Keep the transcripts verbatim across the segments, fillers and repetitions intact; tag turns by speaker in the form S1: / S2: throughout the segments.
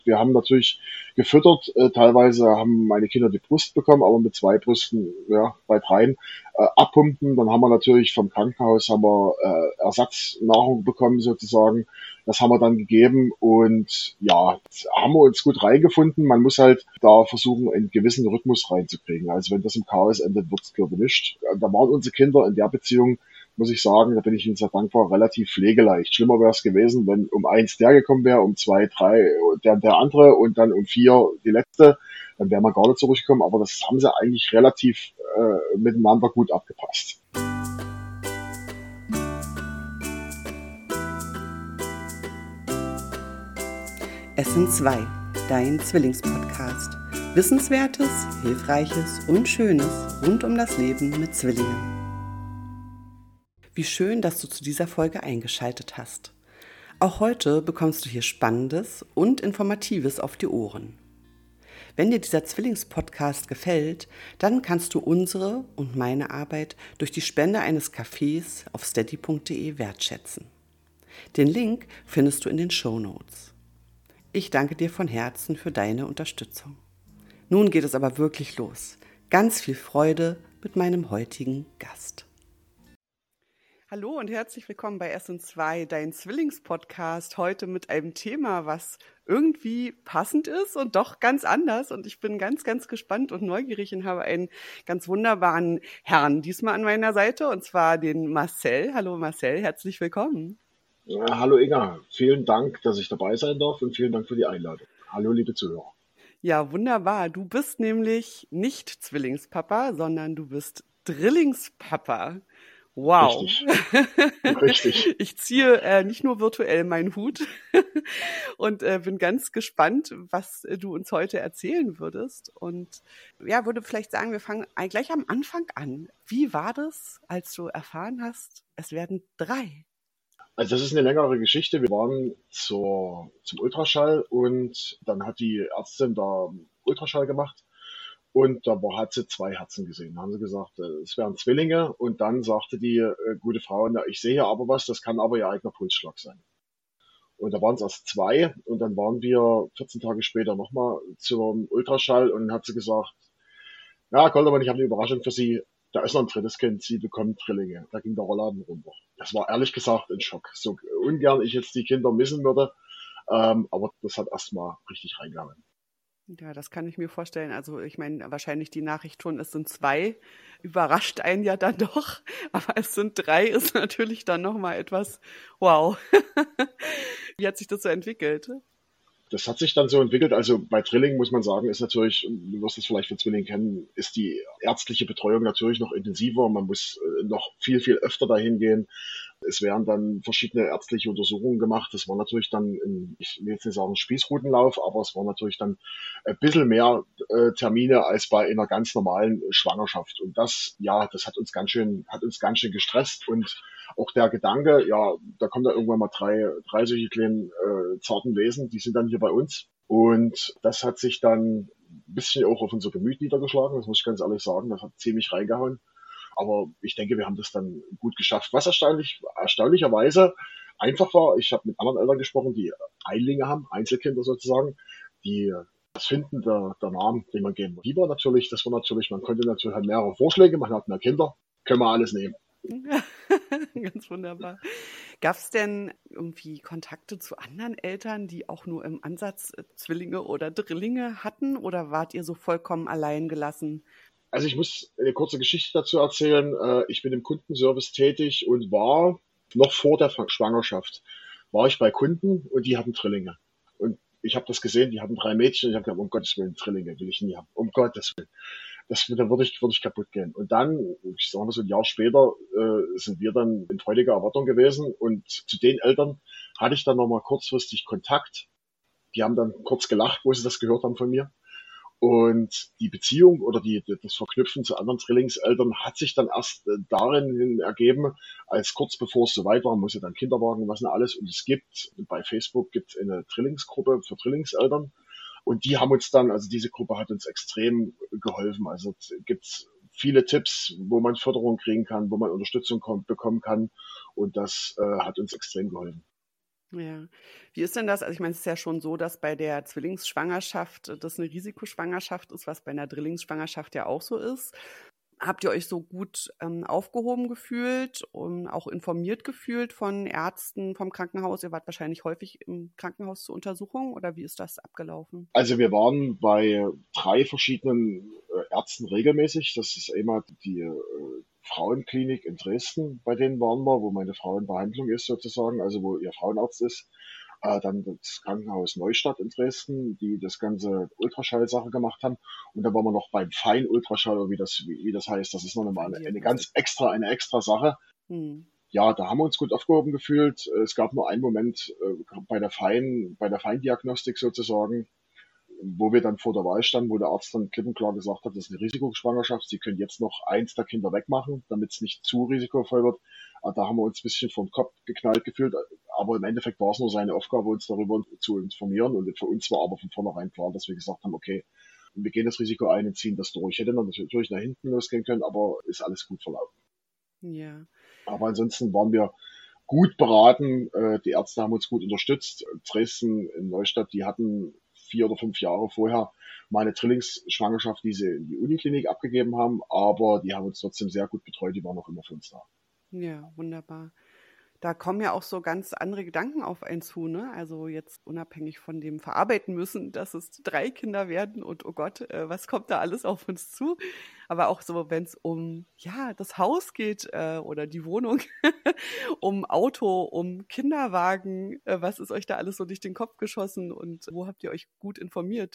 S1: Wir haben natürlich gefüttert, äh, teilweise haben meine Kinder die Brust bekommen, aber mit zwei Brüsten, ja, bei dreien, äh, abpumpen. Dann haben wir natürlich vom Krankenhaus haben wir äh, Ersatznahrung bekommen sozusagen. Das haben wir dann gegeben und ja, haben wir uns gut reingefunden. Man muss halt da versuchen, einen gewissen Rhythmus reinzukriegen. Also wenn das im Chaos endet, wird's glaube ich nicht. Da waren unsere Kinder in der Beziehung, muss ich sagen, da bin ich Ihnen sehr dankbar, relativ pflegeleicht. Schlimmer wäre es gewesen, wenn um eins der gekommen wäre, um zwei, drei der, der andere und dann um vier die letzte, dann wäre man gar nicht zurückgekommen. Aber das haben sie eigentlich relativ äh, miteinander gut abgepasst.
S2: Es sind zwei, dein Zwillingspodcast. Wissenswertes, Hilfreiches und Schönes rund um das Leben mit Zwillingen. Wie schön, dass du zu dieser Folge eingeschaltet hast. Auch heute bekommst du hier Spannendes und Informatives auf die Ohren. Wenn dir dieser Zwillingspodcast gefällt, dann kannst du unsere und meine Arbeit durch die Spende eines Cafés auf steady punkt de wertschätzen. Den Link findest du in den Shownotes. Ich danke dir von Herzen für deine Unterstützung. Nun geht es aber wirklich los. Ganz viel Freude mit meinem heutigen Gast. Hallo und herzlich willkommen bei S und zwei, dein Zwillingspodcast. Heute mit einem Thema, was irgendwie passend ist und doch ganz anders. Und ich bin ganz, ganz gespannt und neugierig und habe einen ganz wunderbaren Herrn diesmal an meiner Seite, und zwar den Marcel. Hallo Marcel, herzlich willkommen.
S1: Ja, hallo Inga, vielen Dank, dass ich dabei sein darf und vielen Dank für die Einladung. Hallo liebe Zuhörer.
S2: Ja, wunderbar. Du bist nämlich nicht Zwillingspapa, sondern du bist Drillingspapa. Wow.
S1: Richtig. Richtig.
S2: Ich ziehe äh, nicht nur virtuell meinen Hut und äh, bin ganz gespannt, was äh, du uns heute erzählen würdest. Und ja, würde vielleicht sagen, wir fangen gleich am Anfang an. Wie war das, als du erfahren hast, es werden drei?
S1: Also das ist eine längere Geschichte. Wir waren zur, zum Ultraschall und dann hat die Ärztin da Ultraschall gemacht und da war, hat sie zwei Herzen gesehen. Da haben sie gesagt, äh, es wären Zwillinge und dann sagte die äh, gute Frau, na, ich sehe hier aber was, das kann aber ihr eigener Pulsschlag sein. Und da waren es erst zwei und dann waren wir vierzehn Tage später nochmal zum Ultraschall und dann hat sie gesagt, ja, Koldermann, ich habe eine Überraschung für Sie. Da ist noch ein drittes Kind, Sie bekommen Drillinge. Da ging der Rollladen runter. Das war ehrlich gesagt ein Schock. So ungern ich jetzt die Kinder missen würde, ähm, aber das hat erstmal richtig reingehauen.
S2: Ja, das kann ich mir vorstellen. Also ich meine, wahrscheinlich die Nachricht schon, es sind zwei, überrascht einen ja dann doch. Aber es sind drei, ist natürlich dann nochmal etwas, wow. Wie hat sich das so entwickelt?
S1: Das hat sich dann so entwickelt. Also bei Drilling muss man sagen, ist natürlich, du wirst es vielleicht für Zwillinge kennen, ist die ärztliche Betreuung natürlich noch intensiver. Man muss noch viel, viel öfter dahin gehen. Es werden dann verschiedene ärztliche Untersuchungen gemacht. Das war natürlich dann, in, ich will jetzt nicht sagen Spießrutenlauf, aber es war natürlich dann ein bisschen mehr äh, Termine als bei einer ganz normalen Schwangerschaft. Und das, ja, das hat uns ganz schön, hat uns ganz schön gestresst. Und auch der Gedanke, ja, da kommen da irgendwann mal drei, drei solche kleinen äh, zarten Wesen, die sind dann hier bei uns. Und das hat sich dann ein bisschen auch auf unser Gemüt niedergeschlagen, das muss ich ganz ehrlich sagen. Das hat ziemlich reingehauen. Aber ich denke, wir haben das dann gut geschafft. Was erstaunlich, erstaunlicherweise einfach war, ich habe mit anderen Eltern gesprochen, die Einlinge haben, Einzelkinder sozusagen, die das Finden der, der Namen, den man geben lieber natürlich, das war natürlich, man konnte natürlich halt mehrere Vorschläge, man hat mehr Kinder, können wir alles nehmen.
S2: Ganz wunderbar. Gab es denn irgendwie Kontakte zu anderen Eltern, die auch nur im Ansatz Zwillinge oder Drillinge hatten, oder wart ihr so vollkommen allein gelassen?
S1: Also ich muss eine kurze Geschichte dazu erzählen. Ich bin im Kundenservice tätig und war noch vor der Schwangerschaft, war ich bei Kunden und die hatten Drillinge. Und ich habe das gesehen, die hatten drei Mädchen und ich habe gedacht, um Gottes Willen, Drillinge will ich nie haben. Um Gottes Willen. Das, da würde ich, würde ich kaputt gehen. Und dann, ich sage mal so ein Jahr später, äh, sind wir dann in freudiger Erwartung gewesen und zu den Eltern hatte ich dann nochmal kurzfristig Kontakt. Die haben dann kurz gelacht, wo sie das gehört haben von mir. Und die Beziehung oder die, das Verknüpfen zu anderen Drillingseltern hat sich dann erst äh, darin ergeben, als kurz bevor es soweit war, muss ja dann Kinderwagen, was denn alles. Und es gibt, bei Facebook gibt es eine Drillingsgruppe für Drillingseltern. Und die haben uns dann, also diese Gruppe hat uns extrem geholfen. Also gibt es viele Tipps, wo man Förderung kriegen kann, wo man Unterstützung kommt, bekommen kann. Und das äh, hat uns extrem geholfen.
S2: Ja. Wie ist denn das? Also ich meine, es ist ja schon so, dass bei der Zwillingsschwangerschaft äh, das eine Risikoschwangerschaft ist, was bei einer Drillingsschwangerschaft ja auch so ist. Habt ihr euch so gut ähm, aufgehoben gefühlt und auch informiert gefühlt von Ärzten vom Krankenhaus? Ihr wart wahrscheinlich häufig im Krankenhaus zur Untersuchung oder wie ist das abgelaufen?
S1: Also wir waren bei drei verschiedenen äh, Ärzten regelmäßig. Das ist einmal die äh, Frauenklinik in Dresden, bei denen waren wir, wo meine Frau in Behandlung ist sozusagen, also wo ihr Frauenarzt ist. Äh, dann das Krankenhaus Neustadt in Dresden, die das ganze Ultraschall-Sache gemacht haben. Und dann waren wir noch beim Feinultraschall, oder wie das, wie, wie das heißt. Das ist noch mal eine, eine ganz extra, eine extra Sache.
S2: Hm.
S1: Ja, da haben wir uns gut aufgehoben gefühlt. Es gab nur einen Moment äh, bei der Fein, bei der Feindiagnostik sozusagen, wo wir dann vor der Wahl standen, wo der Arzt dann klipp und klar gesagt hat, das ist eine Risikoschwangerschaft, Sie können jetzt noch eins der Kinder wegmachen, damit es nicht zu risikovoll wird. Aber da haben wir uns ein bisschen vom Kopf geknallt gefühlt, aber im Endeffekt war es nur seine Aufgabe, uns darüber zu informieren, und für uns war aber von vornherein klar, dass wir gesagt haben, okay, wir gehen das Risiko ein und ziehen das durch. Hätte dann natürlich nach hinten losgehen können, aber ist alles gut verlaufen.
S2: Ja.
S1: Aber ansonsten waren wir gut beraten. Äh, Die Ärzte haben uns gut unterstützt. Dresden in Neustadt, die hatten vier oder fünf Jahre vorher meine Trillingsschwangerschaft, die sie in die Uniklinik abgegeben haben, aber die haben uns trotzdem sehr gut betreut, die waren auch immer für uns da.
S2: Ja, wunderbar. Da kommen ja auch so ganz andere Gedanken auf einen zu, ne? Also jetzt unabhängig von dem verarbeiten müssen, dass es drei Kinder werden und oh Gott, äh, was kommt da alles auf uns zu? Aber auch so, wenn es um ja das Haus geht äh, oder die Wohnung, um Auto, um Kinderwagen, äh, was ist euch da alles so durch den Kopf geschossen und wo habt ihr euch gut informiert?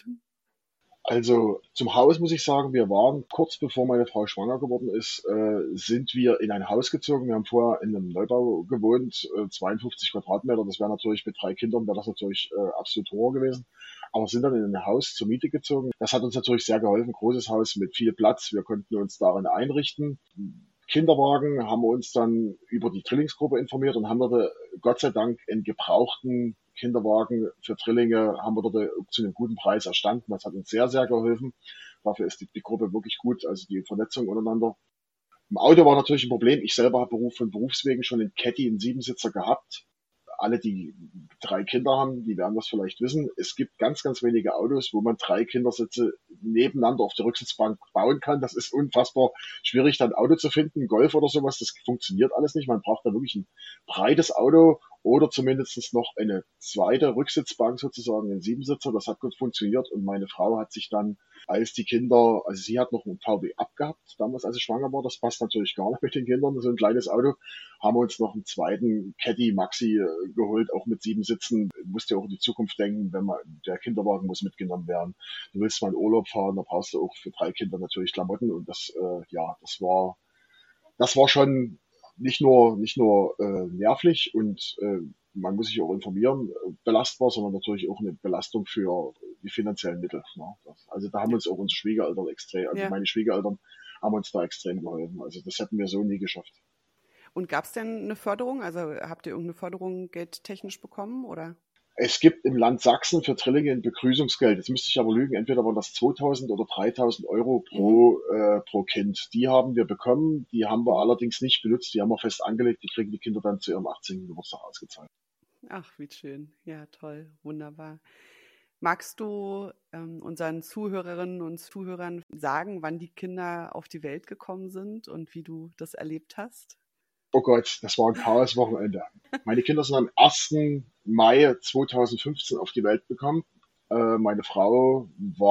S1: Also zum Haus muss ich sagen, wir waren kurz bevor meine Frau schwanger geworden ist, äh, sind wir in ein Haus gezogen. Wir haben vorher in einem Neubau gewohnt, äh, zweiundfünfzig Quadratmeter. Das wäre natürlich mit drei Kindern, wäre das natürlich äh, absolut Horror gewesen. Aber sind dann in ein Haus zur Miete gezogen. Das hat uns natürlich sehr geholfen. Großes Haus mit viel Platz. Wir konnten uns darin einrichten. Kinderwagen haben wir uns dann über die Drillingsgruppe informiert und haben dort Gott sei Dank einen gebrauchten Kinderwagen für Drillinge haben wir dort zu einem guten Preis erstanden. Das hat uns sehr, sehr geholfen. Dafür ist die, die Gruppe wirklich gut, also die Vernetzung untereinander. Im Auto war natürlich ein Problem. Ich selber habe Beruf von Berufswegen schon einen Caddy, einen Siebensitzer gehabt. Alle, die drei Kinder haben, die werden das vielleicht wissen. Es gibt ganz, ganz wenige Autos, wo man drei Kindersitze nebeneinander auf der Rücksitzbank bauen kann. Das ist unfassbar schwierig, dann ein Auto zu finden, Golf oder sowas. Das funktioniert alles nicht. Man braucht da wirklich ein breites Auto oder zumindest noch eine zweite Rücksitzbank sozusagen, ein Siebensitzer. Das hat gut funktioniert und meine Frau hat sich dann, als die Kinder, also sie hat noch ein V W abgehabt, damals als sie schwanger war. Das passt natürlich gar nicht mit den Kindern, so ein kleines Auto. Haben wir uns noch einen zweiten Caddy Maxi äh, geholt, auch mit sieben Sitzen. Du musst ja auch in die Zukunft denken, wenn man, der Kinderwagen muss mitgenommen werden. Du willst mal in Urlaub fahren, da brauchst du auch für drei Kinder natürlich Klamotten und das, äh, ja, das war, das war schon nicht nur, nicht nur äh, nervlich und äh, man muss sich auch informieren, äh, belastbar, sondern natürlich auch eine Belastung für die finanziellen Mittel. Ne? Das, also da haben uns auch unsere Schwiegereltern extrem, also
S2: Ja.
S1: meine Schwiegereltern haben uns da extrem geholfen. Also das hätten wir so nie geschafft.
S2: Und gab es denn eine Förderung? Also habt ihr irgendeine Förderung geldtechnisch bekommen oder?
S1: Es gibt im Land Sachsen für Drillinge ein Begrüßungsgeld. Jetzt müsste ich aber lügen, entweder waren das zweitausend oder dreitausend Euro pro, mhm. äh, pro Kind. Die haben wir bekommen, die haben wir allerdings nicht benutzt, die haben wir fest angelegt, die kriegen die Kinder dann zu ihrem achtzehnten Geburtstag ausgezahlt.
S2: Ach, wie schön. Ja, toll, wunderbar. Magst du ähm, unseren Zuhörerinnen und Zuhörern sagen, wann die Kinder auf die Welt gekommen sind und wie du das erlebt hast?
S1: Oh Gott, das war ein Chaos-Wochenende. Meine Kinder sind am ersten Mai zweitausendfünfzehn auf die Welt gekommen. Äh, meine Frau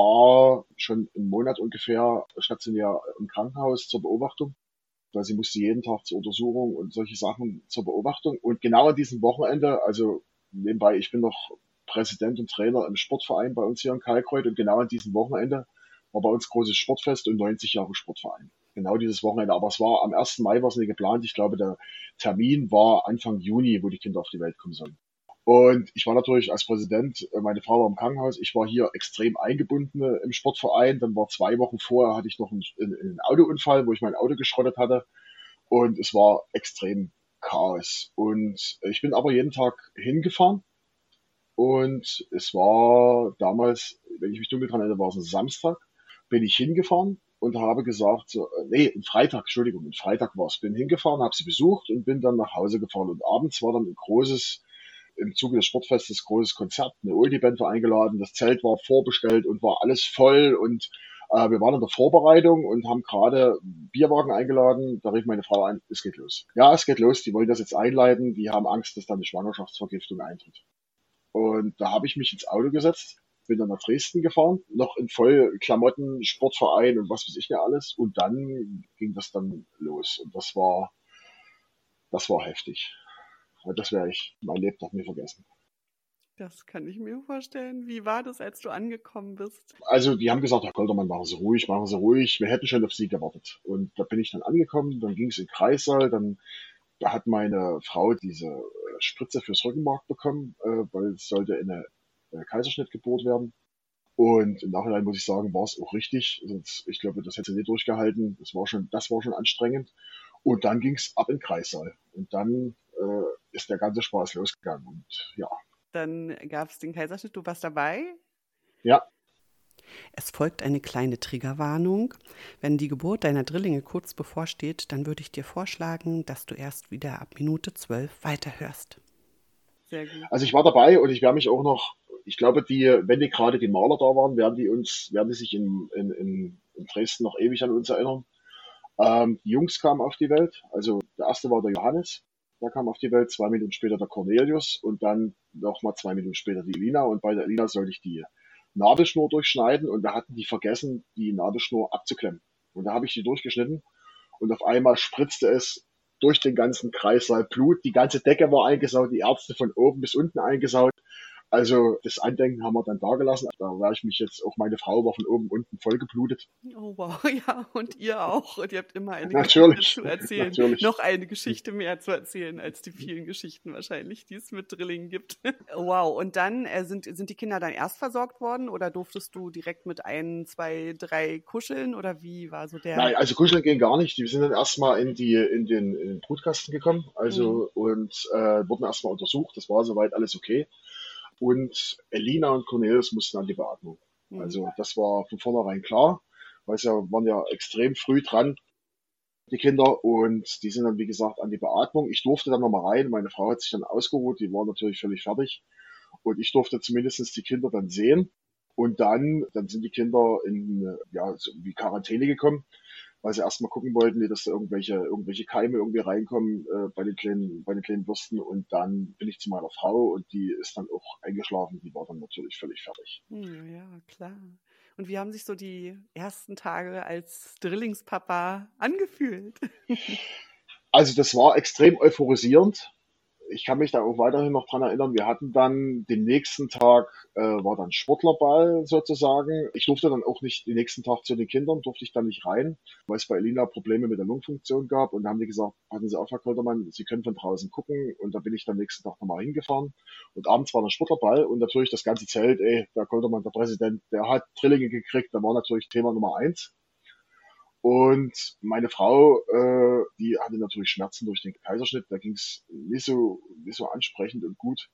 S1: war schon einen Monat ungefähr stationär im Krankenhaus zur Beobachtung, weil sie musste jeden Tag zur Untersuchung und solche Sachen zur Beobachtung. Und genau an diesem Wochenende, also nebenbei, ich bin noch Präsident und Trainer im Sportverein bei uns hier in Kalkreuth und genau an diesem Wochenende war bei uns großes Sportfest und neunzig Jahre Sportverein. Genau dieses Wochenende. Aber es war am ersten Mai war es nicht geplant. Ich glaube, der Termin war Anfang Juni, wo die Kinder auf die Welt kommen sollen. Und ich war natürlich als Präsident, meine Frau war im Krankenhaus, ich war hier extrem eingebunden im Sportverein. Dann war zwei Wochen vorher, hatte ich noch einen, einen Autounfall, wo ich mein Auto geschrottet hatte. Und es war extrem Chaos. Und ich bin aber jeden Tag hingefahren. Und es war damals, wenn ich mich dunkel dran erinnere, war es ein Samstag, bin ich hingefahren und habe gesagt, so, nee, ein Freitag, Entschuldigung, ein Freitag war es, bin hingefahren, habe sie besucht und bin dann nach Hause gefahren. Und abends war dann ein großes im Zuge des Sportfestes großes Konzert, eine Oldie-Band war eingeladen, das Zelt war vorbestellt und war alles voll und äh, wir waren in der Vorbereitung und haben gerade Bierwagen eingeladen. Da rief meine Frau an, es geht los. Ja, es geht los, die wollen das jetzt einleiten, die haben Angst, dass da eine Schwangerschaftsvergiftung eintritt. Und da habe ich mich ins Auto gesetzt, bin dann nach Dresden gefahren, noch in voll Klamotten, Sportverein und was weiß ich nicht alles. Und dann ging das dann los. Und das war, das war heftig. Und das werde ich mein Lebtag nie vergessen.
S2: Das kann ich mir vorstellen. Wie war das, als du angekommen bist?
S1: Also die haben gesagt, Herr Koldermann, machen Sie ruhig, machen Sie ruhig. Wir hätten schon auf Sie gewartet. Und da bin ich dann angekommen, dann ging es in den Kreissaal, dann da hat meine Frau diese äh, Spritze fürs Rückenmark bekommen, äh, weil es sollte in eine äh, Kaiserschnitt gebohrt werden. Und im Nachhinein muss ich sagen, war es auch richtig. Sonst, ich glaube, das hätte sie nicht durchgehalten. Das war schon, das war schon anstrengend. Und dann ging es ab in den Kreissaal. Und dann äh, ist der ganze Spaß losgegangen. Und ja.
S2: Dann gab es den Kaiserschnitt. Du warst dabei?
S1: Ja.
S2: Es folgt eine kleine Triggerwarnung. Wenn die Geburt deiner Drillinge kurz bevorsteht, dann würde ich dir vorschlagen, dass du erst wieder ab Minute zwölf weiterhörst. Sehr gut.
S1: Also ich war dabei und ich werde mich auch noch, ich glaube, die, wenn die gerade die Maler da waren, werden die uns, werden die sich in, in, in, in Dresden noch ewig an uns erinnern. Ähm, die Jungs kamen auf die Welt. Also der erste war der Johannes, der kam auf die Welt, zwei Minuten später der Cornelius und dann nochmal zwei Minuten später die Elina. Und bei der Elina sollte ich die Nabelschnur durchschneiden und da hatten die vergessen, die Nabelschnur abzuklemmen. Und da habe ich die durchgeschnitten und auf einmal spritzte es durch den ganzen Kreislauf Blut. Die ganze Decke war eingesaut, die Ärzte von oben bis unten eingesaut. Also das Andenken haben wir dann da gelassen. Da war ich mich jetzt, auch meine Frau war von oben unten voll geblutet.
S2: Oh wow, ja, und ihr auch. Und ihr habt immer eine
S1: natürlich,
S2: Geschichte zu erzählen.
S1: Natürlich.
S2: Noch eine Geschichte mehr zu erzählen, als die vielen Geschichten wahrscheinlich, die es mit Drillingen gibt. Wow, und dann äh, sind, sind die Kinder dann erst versorgt worden oder durftest du direkt mit ein, zwei, drei kuscheln oder wie war so der...
S1: Nein, also kuscheln ging gar nicht. Die sind dann erstmal in, die, in, den, in den Brutkasten gekommen also mhm. und äh, wurden erstmal untersucht. Das war soweit alles okay. Und Elina und Cornelius mussten an die Beatmung. Mhm. Also das war von vornherein klar, weil sie waren ja extrem früh dran, die Kinder, und die sind dann, wie gesagt, an die Beatmung. Ich durfte dann nochmal rein, meine Frau hat sich dann ausgeruht, die war natürlich völlig fertig und ich durfte zumindest die Kinder dann sehen und dann, dann sind die Kinder in ja, so wie Quarantäne gekommen, weil sie erstmal gucken wollten, nicht, dass da irgendwelche, irgendwelche Keime irgendwie reinkommen äh, bei den kleinen, bei den kleinen Würsten. Und dann bin ich zu meiner Frau und die ist dann auch eingeschlafen. Die war dann natürlich völlig fertig.
S2: Ja, klar. Und wie haben sich so die ersten Tage als Drillingspapa angefühlt?
S1: Also das war extrem euphorisierend. Ich kann mich da auch weiterhin noch dran erinnern. Wir hatten dann den nächsten Tag, äh, war dann Sportlerball sozusagen. Ich durfte dann auch nicht den nächsten Tag zu den Kindern, durfte ich dann nicht rein, weil es bei Elina Probleme mit der Lungenfunktion gab. Und da haben die gesagt, passen Sie auf, Herr Koldermann, Sie können von draußen gucken. Und da bin ich dann nächsten Tag nochmal hingefahren. Und abends war dann Sportlerball und natürlich das ganze Zelt, ey, der Koldermann, der Präsident, der hat Drillinge gekriegt. Da war natürlich Thema Nummer eins. Und meine Frau, äh, die hatte natürlich Schmerzen durch den Kaiserschnitt. Da ging es nicht so, nicht so ansprechend und gut.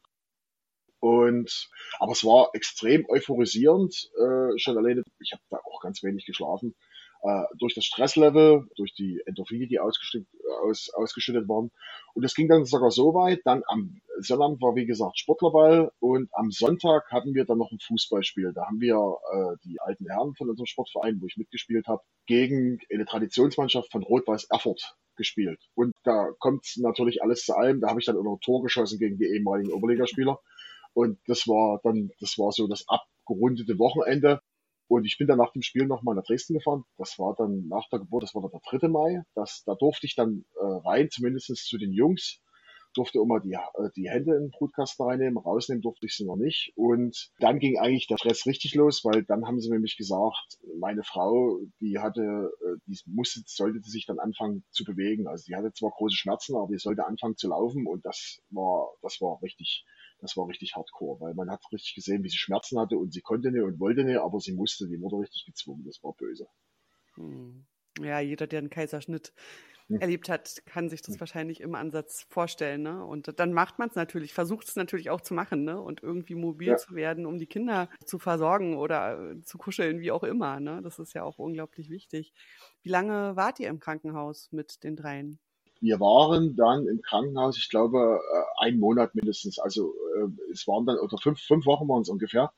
S1: Und aber es war extrem euphorisierend. Äh, schon alleine, ich habe da auch ganz wenig geschlafen. Äh, durch das Stresslevel, durch die Endorphine, die ausgeschüttet, aus, ausgeschüttet waren. Und es ging dann sogar so weit, dann am Sonnabend war wie gesagt Sportlerball und am Sonntag hatten wir dann noch ein Fußballspiel. Da haben wir äh, die alten Herren von unserem Sportverein, wo ich mitgespielt habe, gegen eine Traditionsmannschaft von Rot-Weiß Erfurt gespielt. Und da kommt natürlich alles zu allem. Da habe ich dann auch noch ein Tor geschossen gegen die ehemaligen Oberligaspieler. Und das war dann, das war so das abgerundete Wochenende. Und ich bin dann nach dem Spiel nochmal nach Dresden gefahren. Das war dann nach der Geburt, das war dann der dritte Mai. Das, da durfte ich dann äh, rein, zumindest zu den Jungs. Durfte immer die, äh, die Hände in den Brutkasten reinnehmen, rausnehmen durfte ich sie noch nicht. Und dann ging eigentlich der Stress richtig los, weil dann haben sie nämlich gesagt, meine Frau, die hatte, äh, die musste, sollte sich dann anfangen zu bewegen. Also die hatte zwar große Schmerzen, aber die sollte anfangen zu laufen und das war, das war richtig, das war richtig hardcore, weil man hat richtig gesehen, wie sie Schmerzen hatte und sie konnte nicht und wollte nicht, aber sie musste, die wurde richtig gezwungen, das war böse.
S2: Hm. Ja, jeder, der einen Kaiserschnitt hm. erlebt hat, kann sich das hm. wahrscheinlich im Ansatz vorstellen, ne? Und dann macht man es natürlich, versucht es natürlich auch zu machen, ne? Und irgendwie mobil ja. zu werden, um die Kinder zu versorgen oder zu kuscheln, wie auch immer, ne? Das ist ja auch unglaublich wichtig. Wie lange wart ihr im Krankenhaus mit den dreien?
S1: wir waren dann im Krankenhaus, ich glaube, äh, einen Monat mindestens. Also äh, es waren dann, oder fünf, fünf Wochen waren es ungefähr.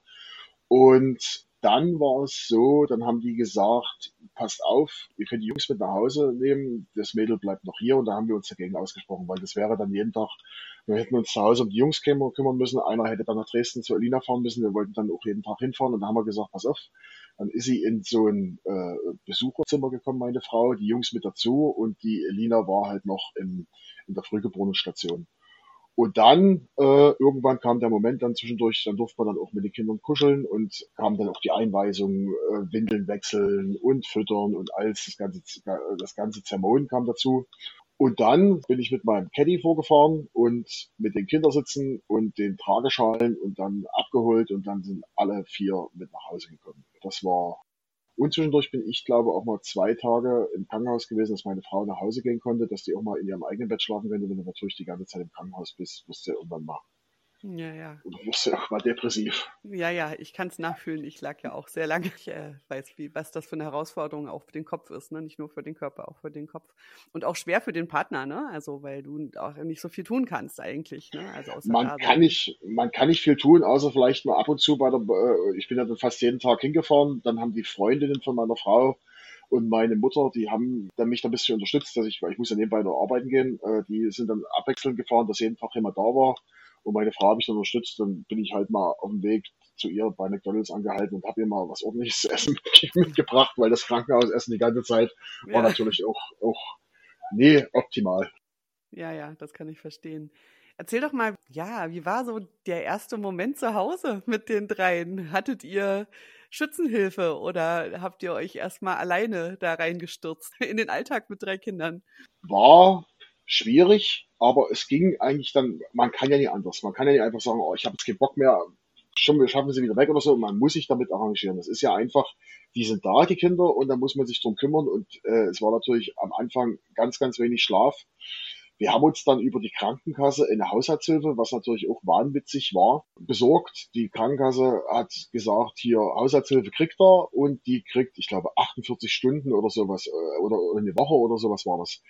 S1: Und dann war es so, dann haben die gesagt, passt auf, ihr könnt die Jungs mit nach Hause nehmen, das Mädel bleibt noch hier. Und da haben wir uns dagegen ausgesprochen, weil das wäre dann jeden Tag, wir hätten uns zu Hause um die Jungs kümmern kümmern müssen. Einer hätte dann nach Dresden zu Elina fahren müssen. Wir wollten dann auch jeden Tag hinfahren. Und da haben wir gesagt, pass auf. Dann ist sie in so ein äh, Besucherzimmer gekommen, meine Frau, die Jungs mit dazu. Und die Elina war halt noch im, in der Frühgeborenenstation. Und dann äh, irgendwann kam der Moment dann zwischendurch, dann durfte man dann auch mit den Kindern kuscheln und kam dann auch die Einweisung, äh, Windeln wechseln und füttern und alles, das ganze, das ganze Zeremonium kam dazu. Und dann bin ich mit meinem Caddy vorgefahren und mit den Kindersitzen und den Trageschalen und dann abgeholt und dann sind alle vier mit nach Hause gekommen. Das war und zwischendurch bin ich, glaube auch mal zwei Tage im Krankenhaus gewesen, dass meine Frau nach Hause gehen konnte, dass die auch mal in ihrem eigenen Bett schlafen könnte, wenn du natürlich die ganze Zeit im Krankenhaus bist, wirst du ja irgendwann mal,
S2: Ja, ja.
S1: oder wirst du ja auch mal depressiv.
S2: Ja, ja, ich kann es nachfühlen. Ich lag ja auch sehr lange. Ich äh, weiß, wie, was das für eine Herausforderung auch für den Kopf ist, ne? Nicht nur für den Körper, auch für den Kopf. Und auch schwer für den Partner, ne? Also, weil du auch nicht so viel tun kannst eigentlich, ne? Also außer
S1: Man
S2: da
S1: kann
S2: sein.
S1: nicht, man kann nicht viel tun, außer vielleicht mal ab und zu bei der, äh, ich bin ja dann fast jeden Tag hingefahren, dann haben die Freundinnen von meiner Frau und meine Mutter, die haben dann mich da ein bisschen unterstützt, dass ich, weil ich muss ja nebenbei noch arbeiten gehen, äh, die sind dann abwechselnd gefahren, dass jeden Tag jemand da war und meine Frau hat mich dann unterstützt, dann bin ich halt mal auf dem Weg zu ihr bei McDonalds angehalten und habe ihr mal was ordentliches zu essen mitgebracht, weil das Krankenhausessen die ganze Zeit war
S2: Ja,
S1: natürlich auch, auch, nee, optimal.
S2: ja, ja, das kann ich verstehen. Erzähl doch mal, ja, wie war so der erste Moment zu Hause mit den dreien? Hattet ihr Schützenhilfe oder habt ihr euch erstmal alleine da reingestürzt in den Alltag mit drei Kindern?
S1: War schwierig, aber es ging eigentlich dann, man kann ja nicht anders. Man kann ja nicht einfach sagen, oh, ich habe jetzt keinen Bock mehr, schon, wir schaffen sie wieder weg oder so. Man muss sich damit arrangieren. Das ist ja einfach, die sind da, die Kinder, und da muss man sich drum kümmern. Und äh, es war natürlich am Anfang ganz, ganz wenig Schlaf. Wir haben uns dann über die Krankenkasse eine Haushaltshilfe, was natürlich auch wahnwitzig war, besorgt. Die Krankenkasse hat gesagt, hier Haushaltshilfe kriegt er und die kriegt, ich glaube, achtundvierzig Stunden oder sowas äh, oder eine Woche oder sowas war das.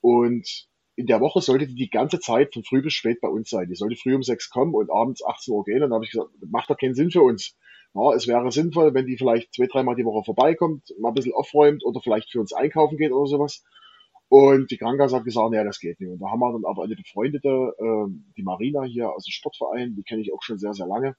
S1: Und in der Woche sollte die die ganze Zeit von früh bis spät bei uns sein. Die sollte früh um sechs kommen und abends achtzehn Uhr gehen. Und da habe ich gesagt, das macht doch keinen Sinn für uns. Ja, es wäre sinnvoll, wenn die vielleicht zwei, dreimal die Woche vorbeikommt, mal ein bisschen aufräumt oder vielleicht für uns einkaufen geht oder sowas. Und die Krankenkasse hat gesagt, naja, das geht nicht. Und da haben wir dann aber eine befreundete, ähm, die Marina hier aus dem Sportverein, die kenne ich auch schon sehr, sehr lange.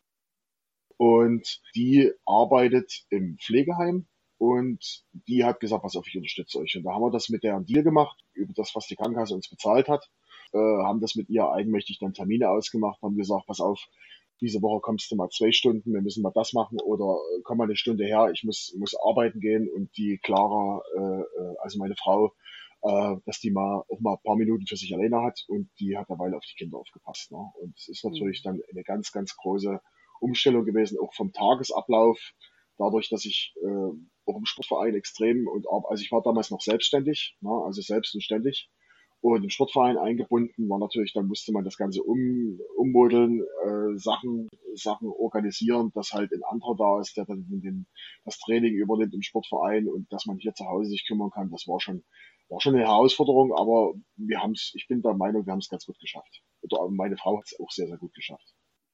S1: Und die arbeitet im Pflegeheim und die hat gesagt, pass auf, ich unterstütze euch. Und da haben wir das mit der einen Deal gemacht, über das, was die Krankenkasse uns bezahlt hat, äh, haben das mit ihr eigenmächtig dann Termine ausgemacht, haben gesagt, pass auf, diese Woche kommst du mal zwei Stunden, wir müssen mal das machen oder äh, komm mal eine Stunde her, ich muss, muss arbeiten gehen. Und die Clara, äh, äh, also meine Frau, äh, dass die mal auch mal ein paar Minuten für sich alleine hat und die hat derweil auf die Kinder aufgepasst. Ne? Und es ist natürlich
S2: Mhm.
S1: dann eine ganz, ganz große Umstellung gewesen, auch vom Tagesablauf, dadurch, dass ich äh, auch im Sportverein extrem und also ich war damals noch selbstständig, ne, also selbst und ständig und im Sportverein eingebunden, war natürlich, dann musste man das Ganze um, ummodeln, äh, Sachen, Sachen organisieren, dass halt ein anderer da ist, der dann den, das Training übernimmt im Sportverein und dass man hier zu Hause sich kümmern kann, das war schon, war schon eine Herausforderung, aber wir haben es, ich bin der Meinung, wir haben es ganz gut geschafft. Oder meine Frau hat es auch sehr, sehr gut geschafft.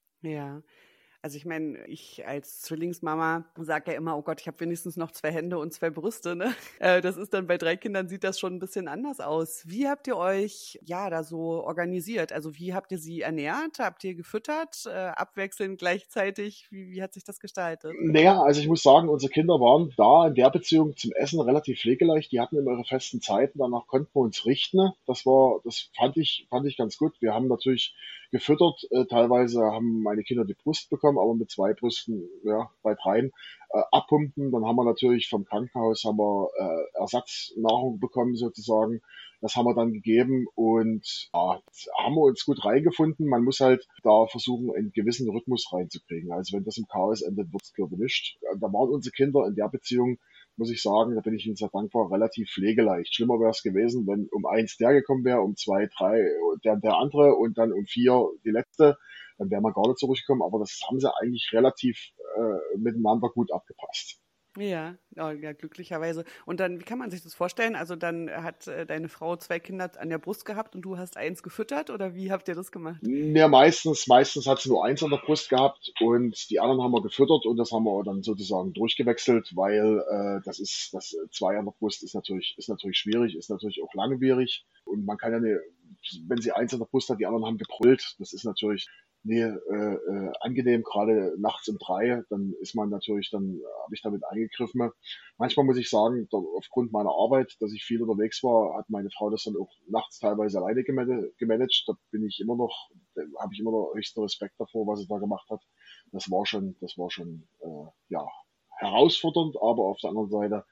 S2: Ja. Also ich meine, ich als Zwillingsmama sage ja immer, oh Gott, ich habe wenigstens noch zwei Hände und zwei Brüste, ne? Äh, das ist dann bei drei Kindern sieht das schon ein bisschen anders aus. Wie habt ihr euch ja da so organisiert? Also wie habt ihr sie ernährt? Habt ihr gefüttert? Äh, abwechselnd gleichzeitig? Wie, wie hat sich das gestaltet?
S1: Naja, also ich muss sagen, unsere Kinder waren da in der Beziehung zum Essen relativ pflegeleicht. Die hatten immer ihre festen Zeiten, danach konnten wir uns richten. Das war, das fand ich, fand ich ganz gut. Wir haben natürlich gefüttert. Äh, teilweise haben meine Kinder die Brust bekommen, aber mit zwei Brüsten, ja, bei dreien, äh, abpumpen. Dann haben wir natürlich vom Krankenhaus haben wir äh, Ersatznahrung bekommen sozusagen. Das haben wir dann gegeben und ja, haben wir uns gut reingefunden. Man muss halt da versuchen, einen gewissen Rhythmus reinzukriegen. Also wenn das im Chaos endet, wird's glaube ich nicht. Da waren unsere Kinder in der Beziehung, muss ich sagen, da bin ich ihnen sehr dankbar, relativ pflegeleicht. Schlimmer wäre es gewesen, wenn um eins der gekommen wäre, um zwei, drei der, der andere und dann um vier die letzte. Dann wäre man gar nicht zurückgekommen. Aber das haben sie eigentlich relativ äh, miteinander gut abgepasst.
S2: Ja, oh, ja, glücklicherweise. Und dann, wie kann man sich das vorstellen? Also dann hat äh, deine Frau zwei Kinder an der Brust gehabt und du hast eins gefüttert oder wie habt ihr das gemacht?
S1: Ja, meistens, meistens hat sie nur eins an der Brust gehabt und die anderen haben wir gefüttert und das haben wir dann sozusagen durchgewechselt, weil äh, das ist, das äh, zwei an der Brust ist natürlich, ist natürlich schwierig, ist natürlich auch langwierig und man kann ja eine, wenn sie eins an der Brust hat, die anderen haben gebrüllt, das ist natürlich nee, äh, äh, angenehm, gerade nachts um drei, dann ist man natürlich, dann habe ich damit eingegriffen. Manchmal muss ich sagen, da, aufgrund meiner Arbeit, dass ich viel unterwegs war, hat meine Frau das dann auch nachts teilweise alleine geman- gemanagt. Da bin ich immer noch, da habe ich immer noch höchsten Respekt davor, was sie da gemacht hat. Das war schon, das war schon, äh, ja, herausfordernd, aber auf der anderen Seite,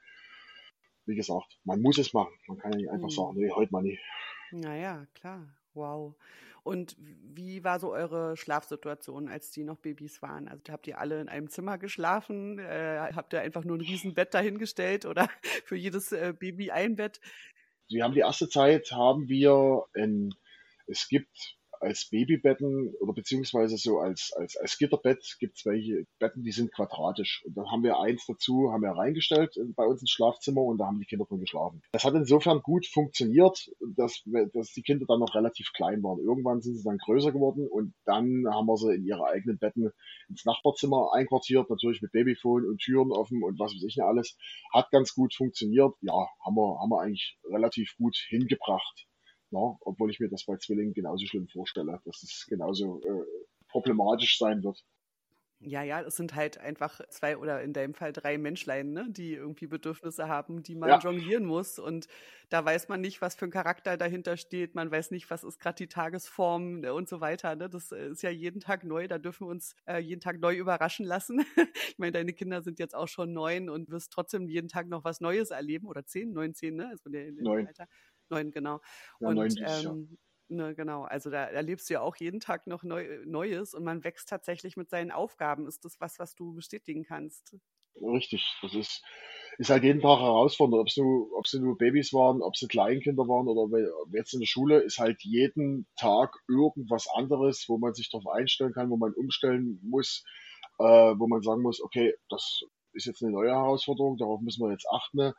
S1: wie gesagt, man muss es machen. Man kann ja nicht einfach sagen,
S2: Hm.
S1: nee, heute mal nicht.
S2: Naja, klar. Wow. Und wie war so eure Schlafsituation, als die noch Babys waren? Also habt ihr alle in einem Zimmer geschlafen? Äh, habt ihr einfach nur ein Riesenbett dahingestellt oder für jedes äh, Baby ein Bett?
S1: Wir haben die erste Zeit, haben wir in, es gibt als Babybetten oder beziehungsweise so als, als, als Gitterbett gibt es welche Betten, die sind quadratisch. Und dann haben wir eins dazu, haben wir reingestellt in- bei uns ins Schlafzimmer und da haben die Kinder drin geschlafen. Das hat insofern gut funktioniert, dass, wir- dass die Kinder dann noch relativ klein waren. Irgendwann sind sie dann größer geworden und dann haben wir sie in ihre eigenen Betten ins Nachbarzimmer einquartiert, natürlich mit Babyphone und Türen offen und was weiß ich nicht alles. Hat ganz gut funktioniert. Ja, haben wir, haben wir eigentlich relativ gut hingebracht. Ja, obwohl ich mir das bei Zwillingen genauso schlimm vorstelle, dass es genauso äh, problematisch sein wird.
S2: Ja, ja, es sind halt einfach zwei oder in deinem Fall drei Menschlein, ne, die irgendwie Bedürfnisse haben, die man
S1: Ja,
S2: jonglieren muss. Und da weiß man nicht, was für ein Charakter dahinter steht. Man weiß nicht, was ist gerade die Tagesform äh, und so weiter. Ne? Das äh, ist ja jeden Tag neu. Da dürfen wir uns äh, jeden Tag neu überraschen lassen. Ich meine, deine Kinder sind jetzt auch schon neun und wirst trotzdem jeden Tag noch was Neues erleben. Oder zehn, neun, zehn, ne? Also in, der- in dem
S1: neun.
S2: Alter. Neun, genau.
S1: Ja, neun
S2: Und
S1: dieses Jahr.
S2: ähm, Ne, genau. Also da erlebst du ja auch jeden Tag noch neu, Neues und man wächst tatsächlich mit seinen Aufgaben. Ist das was, was du bestätigen kannst?
S1: Richtig. Das ist, ist halt jeden Tag herausfordernd. Ob es nur, ob sie nur Babys waren, ob sie Kleinkinder waren oder we- jetzt in der Schule, ist halt jeden Tag irgendwas anderes, wo man sich darauf einstellen kann, wo man umstellen muss, äh, wo man sagen muss, okay, das ist jetzt eine neue Herausforderung, darauf müssen wir jetzt achten.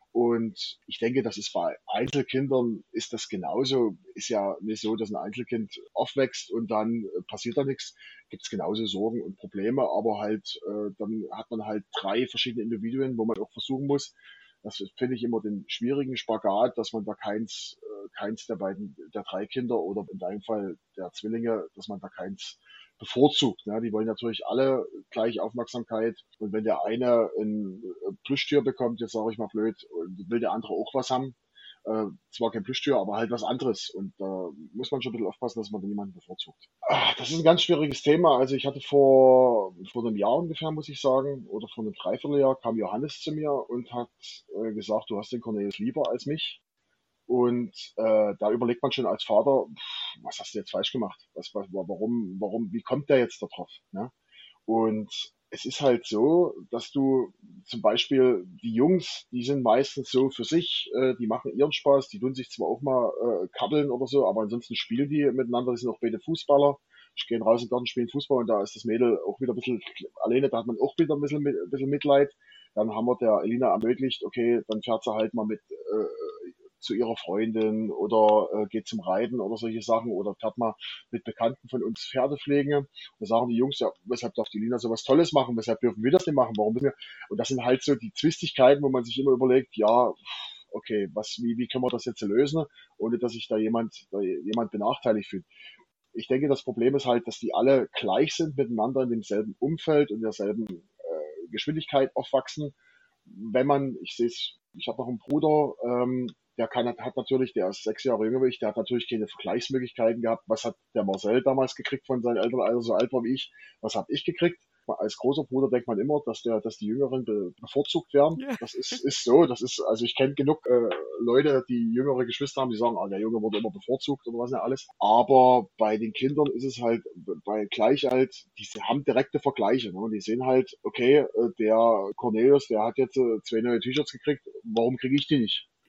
S1: Und ich denke, das ist bei Einzelkindern ist das genauso. Ist ja nicht so, dass ein Einzelkind aufwächst und dann äh, passiert da nichts. Gibt es genauso Sorgen und Probleme, aber halt äh, dann hat man halt drei verschiedene Individuen, wo man auch versuchen muss. Das finde ich immer den schwierigen Spagat, dass man da keins, äh, keins der beiden, der drei Kinder oder in deinem Fall der Zwillinge, dass man da keins bevorzugt. Ne? Die wollen natürlich alle gleich Aufmerksamkeit. Und wenn der eine ein Plüschtier bekommt, jetzt sage ich mal blöd, und will der andere auch was haben, äh, zwar kein Plüschtier, aber halt was anderes. Und da muss man schon ein bisschen aufpassen, dass man da niemanden bevorzugt. Ah, das ist ein ganz schwieriges Thema. Also ich hatte vor, vor einem Jahr ungefähr, muss ich sagen, oder vor einem Dreivierteljahr kam Johannes zu mir und hat äh, gesagt, du hast den Cornelius lieber als mich. Und äh, da überlegt man schon als Vater, pff, was hast du jetzt falsch gemacht? Was, was, warum, warum, wie kommt der jetzt da drauf? Ne? Und es ist halt so, dass du zum Beispiel die Jungs, die sind meistens so für sich, äh, die machen ihren Spaß, die tun sich zwar auch mal äh, kabbeln oder so, aber ansonsten spielen die miteinander, die sind auch beide Fußballer. Ich gehe raus im Garten, spielen Fußball und da ist das Mädel auch wieder ein bisschen alleine, da hat man auch wieder ein bisschen, ein bisschen Mitleid. Dann haben wir der Elina ermöglicht, okay, dann fährt sie halt mal mit äh, zu ihrer Freundin oder äh, geht zum Reiten oder solche Sachen oder fährt mal mit Bekannten von uns Pferde pflegen. Da sagen die Jungs, ja, weshalb darf die Lina sowas Tolles machen? Weshalb dürfen wir das nicht machen? Warum müssen wir? Und das sind halt so die Zwistigkeiten, wo man sich immer überlegt, ja, okay, was, wie, wie können wir das jetzt lösen, ohne dass sich da jemand, da jemand benachteiligt fühlt. Ich denke, das Problem ist halt, dass die alle gleich sind miteinander in demselben Umfeld und derselben äh, Geschwindigkeit aufwachsen. Wenn man, ich sehe es, ich habe noch einen Bruder, ähm, der kann, hat natürlich, der ist sechs Jahre jünger wie ich, der hat natürlich keine Vergleichsmöglichkeiten gehabt. Was hat der Marcel damals gekriegt von seinen Eltern, als er so alt war wie ich? Was habe ich gekriegt? Als großer Bruder denkt man immer, dass der, dass die Jüngeren be bevorzugt werden.
S2: Ja.
S1: Das ist, ist so. Das ist, also ich kenne genug äh, Leute, die jüngere Geschwister haben, die sagen, ah, der Junge wurde immer bevorzugt oder was nicht alles. Aber bei den Kindern ist es halt, bei gleich alt, die haben direkte Vergleiche. Ne? Und die sehen halt, okay, äh, der Cornelius, der hat jetzt äh, zwei neue T-Shirts gekriegt, warum kriege ich die nicht?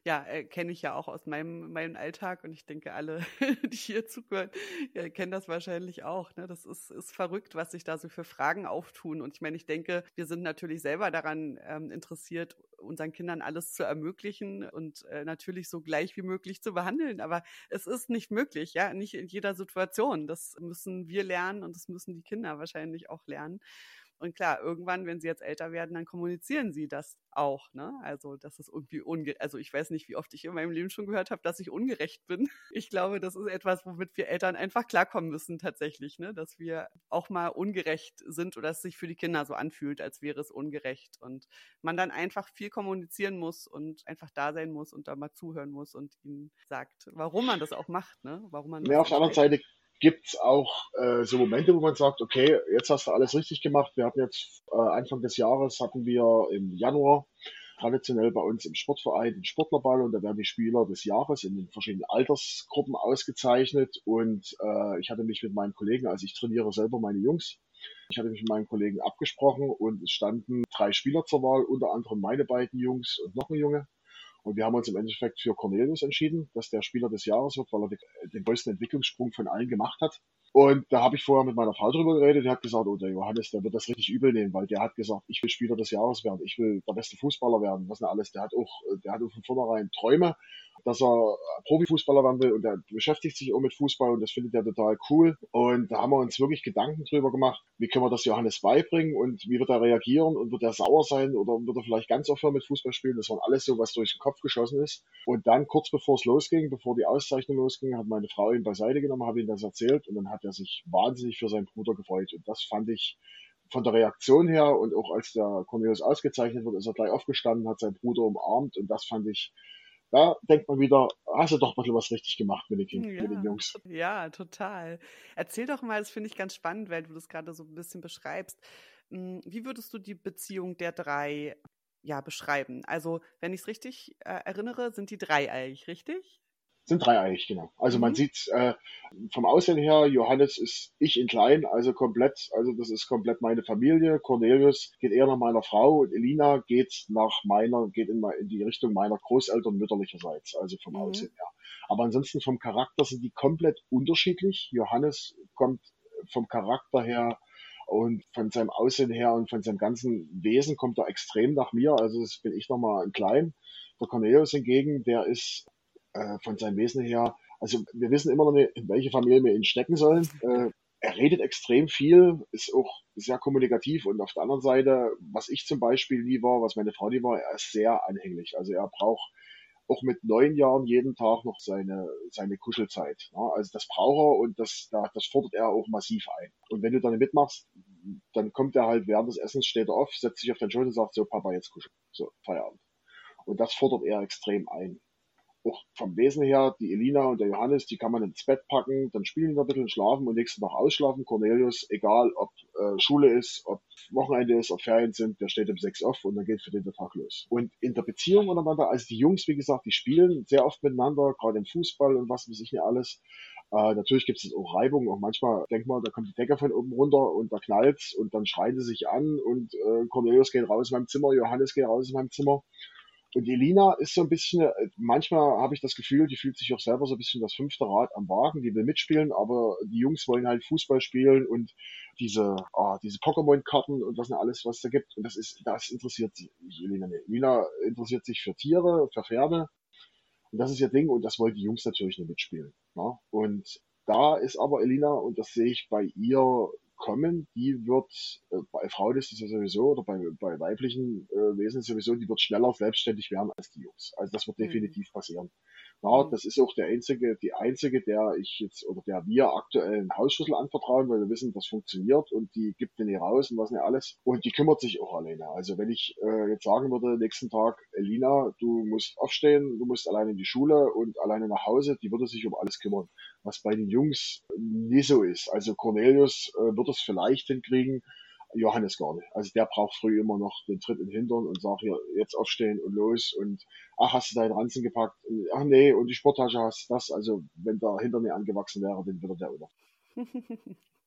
S2: ja, äh, kenne ich ja auch aus meinem, meinem Alltag und ich denke, alle, die hier zuhören, ja, kennen das wahrscheinlich auch. Ne? Das ist, ist verrückt, was sich da so für Fragen auftun. Und ich meine, ich denke, wir sind natürlich selber daran ähm, interessiert, unseren Kindern alles zu ermöglichen und äh, natürlich so gleich wie möglich zu behandeln. Aber es ist nicht möglich, ja, nicht in jeder Situation. Das müssen wir lernen und das müssen die Kinder wahrscheinlich auch lernen. Und klar, irgendwann, wenn sie jetzt älter werden, dann kommunizieren sie das auch, ne? Also, das ist irgendwie unge also ich weiß nicht, wie oft ich in meinem Leben schon gehört habe, dass ich ungerecht bin. Ich glaube, das ist etwas, womit wir Eltern einfach klarkommen müssen tatsächlich, ne? Dass wir auch mal ungerecht sind oder es sich für die Kinder so anfühlt, als wäre es ungerecht. Und man dann einfach viel kommunizieren muss und einfach da sein muss und da mal zuhören muss und ihnen sagt, warum man das auch macht, ne? Warum man
S1: Ja,
S2: was
S1: auf der anderen
S2: entscheidet.
S1: Seite gibt's auch äh, so Momente, wo man sagt, okay, jetzt hast du alles richtig gemacht. Wir hatten jetzt äh, Anfang des Jahres hatten wir im Januar traditionell bei uns im Sportverein den Sportlerball und da werden die Spieler des Jahres in den verschiedenen Altersgruppen ausgezeichnet und äh, ich hatte mich mit meinen Kollegen, also ich trainiere selber meine Jungs, ich hatte mich mit meinen Kollegen abgesprochen und es standen drei Spieler zur Wahl, unter anderem meine beiden Jungs und noch ein Junge. Und wir haben uns im Endeffekt für Cornelius entschieden, dass der Spieler des Jahres wird, weil er die, den größten Entwicklungssprung von allen gemacht hat. Und da habe ich vorher mit meiner Frau drüber geredet, die hat gesagt, oh, der Johannes, der wird das richtig übel nehmen, weil der hat gesagt, ich will Spieler des Jahres werden, ich will der beste Fußballer werden, was denn alles. Der hat auch, der hat auch von vornherein Träume, dass er Profifußballer werden will und der beschäftigt sich auch mit Fußball und das findet er total cool. Und da haben wir uns wirklich Gedanken drüber gemacht, wie können wir das Johannes beibringen und wie wird er reagieren und wird er sauer sein oder wird er vielleicht ganz aufhören mit Fußball spielen. Das waren alles so, was durch den Kopf geschossen ist. Und dann kurz bevor es losging, bevor die Auszeichnung losging, hat meine Frau ihn beiseite genommen, habe ihm das erzählt und dann hat er sich wahnsinnig für seinen Bruder gefreut. Und das fand ich von der Reaktion her und auch als der Cornelius ausgezeichnet wird, ist er gleich aufgestanden, hat seinen Bruder umarmt und das fand ich, da denkt man wieder, hast du doch ein bisschen was richtig gemacht mit den, kind, mit den
S2: Ja,
S1: Jungs.
S2: ja, total. Erzähl doch mal, das finde ich ganz spannend, weil du das gerade so ein bisschen beschreibst. Hm, Wie würdest du die Beziehung der drei ja beschreiben? Also, wenn ich es richtig äh, erinnere, sind die dreieich, richtig?
S1: Sind dreieich, genau. Also man
S2: Mhm.
S1: sieht äh, vom Aussehen her, Johannes ist ich in klein, also komplett, also das ist komplett meine Familie. Cornelius geht eher nach meiner Frau und Elina geht nach meiner, geht in, in die Richtung meiner Großeltern mütterlicherseits, also vom
S2: Mhm.
S1: Aussehen her. Aber ansonsten vom Charakter sind die komplett unterschiedlich. Johannes kommt vom Charakter her und von seinem Aussehen her und von seinem ganzen Wesen kommt er extrem nach mir. Also das bin ich nochmal in klein. Der Cornelius hingegen, der ist äh, von seinem Wesen her, also wir wissen immer noch nicht, in welche Familie wir ihn stecken sollen. Äh, er redet extrem viel, ist auch sehr kommunikativ und auf der anderen Seite, was ich zum Beispiel nie war, was meine Frau nie war, er ist sehr anhänglich. Also er braucht auch mit neun Jahren jeden Tag noch seine, seine Kuschelzeit. Ja, also das braucht er und das, das fordert er auch massiv ein. Und wenn du dann mitmachst, dann kommt er halt während des Essens, steht er auf, setzt sich auf den Schoß und sagt so, Papa, jetzt kuscheln. So, Feierabend. Und das fordert er extrem ein. Auch vom Wesen her, die Elina und der Johannes, die kann man ins Bett packen, dann spielen wir ein bisschen, schlafen und nächsten Tag ausschlafen. Cornelius, egal ob äh, Schule ist, ob Wochenende ist, ob Ferien sind, der steht um sechs auf und dann geht für den der Tag los. Und in der Beziehung untereinander, also die Jungs, wie gesagt, die spielen sehr oft miteinander, gerade im Fußball und was weiß ich nicht alles. Äh, natürlich gibt es auch Reibung, auch manchmal denkt man, da kommt die Decke von oben runter und da knallt's und dann schreien sie sich an und äh, Cornelius geht raus aus meinem Zimmer, Johannes geht raus aus meinem Zimmer. Und die Elina ist so ein bisschen, äh, manchmal habe ich das Gefühl, die fühlt sich auch selber so ein bisschen das fünfte Rad am Wagen, die will mitspielen, aber die Jungs wollen halt Fußball spielen und diese, ah, diese Pokémon-Karten und was nicht alles, was da gibt. Und das ist, das interessiert sich Elina nicht. Elina interessiert sich für Tiere, für Pferde und das ist ihr Ding und das wollen die Jungs natürlich nicht mitspielen. Ne? Und da ist aber Elina, und das sehe ich bei ihr kommen, die wird, äh, bei Frauen ist es ja sowieso, oder bei, bei weiblichen äh, Wesen sowieso, die wird schneller selbstständig werden als die Jungs. Also das wird
S2: Mhm.
S1: definitiv passieren. Ja,
S2: Mhm.
S1: das ist auch der einzige, die einzige, der ich jetzt, oder der wir aktuell einen Hausschlüssel anvertrauen, weil wir wissen, das funktioniert und die gibt den hier raus und was nicht alles. Und die kümmert sich auch alleine. Also wenn ich äh, jetzt sagen würde, nächsten Tag, Elina, du musst aufstehen, du musst alleine in die Schule und alleine nach Hause, die würde sich um alles kümmern. Was bei den Jungs nie so ist. Also Cornelius äh, wird es vielleicht hinkriegen, Johannes gar nicht. Also der braucht früh immer noch den Tritt in den Hintern und sagt hier, jetzt aufstehen und los und ach, hast du deinen Ranzen gepackt? Ach nee, und die Sporttasche hast das. Also wenn der Hintern nicht angewachsen wäre, dann würde der oder.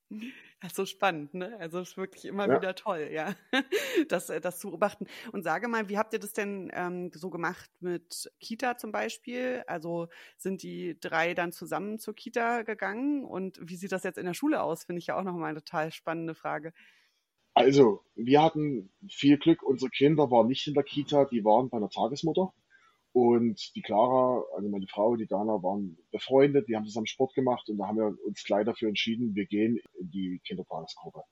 S2: Also spannend, ne? Also es ist wirklich immer
S1: Ja.
S2: wieder toll, ja, das, äh, das zu beobachten. Und sage mal, wie habt ihr das denn ähm, so gemacht mit Kita zum Beispiel? Also sind die drei dann zusammen zur Kita gegangen? Und wie sieht das jetzt in der Schule aus? Finde ich ja auch nochmal eine total spannende Frage.
S1: Also, wir hatten viel Glück. Unsere Kinder waren nicht in der Kita, die waren bei einer Tagesmutter. Und die Clara, also meine Frau, die Dana, waren befreundet, die haben zusammen Sport gemacht und da haben wir uns gleich dafür entschieden, wir gehen in die Kindertagesgruppe.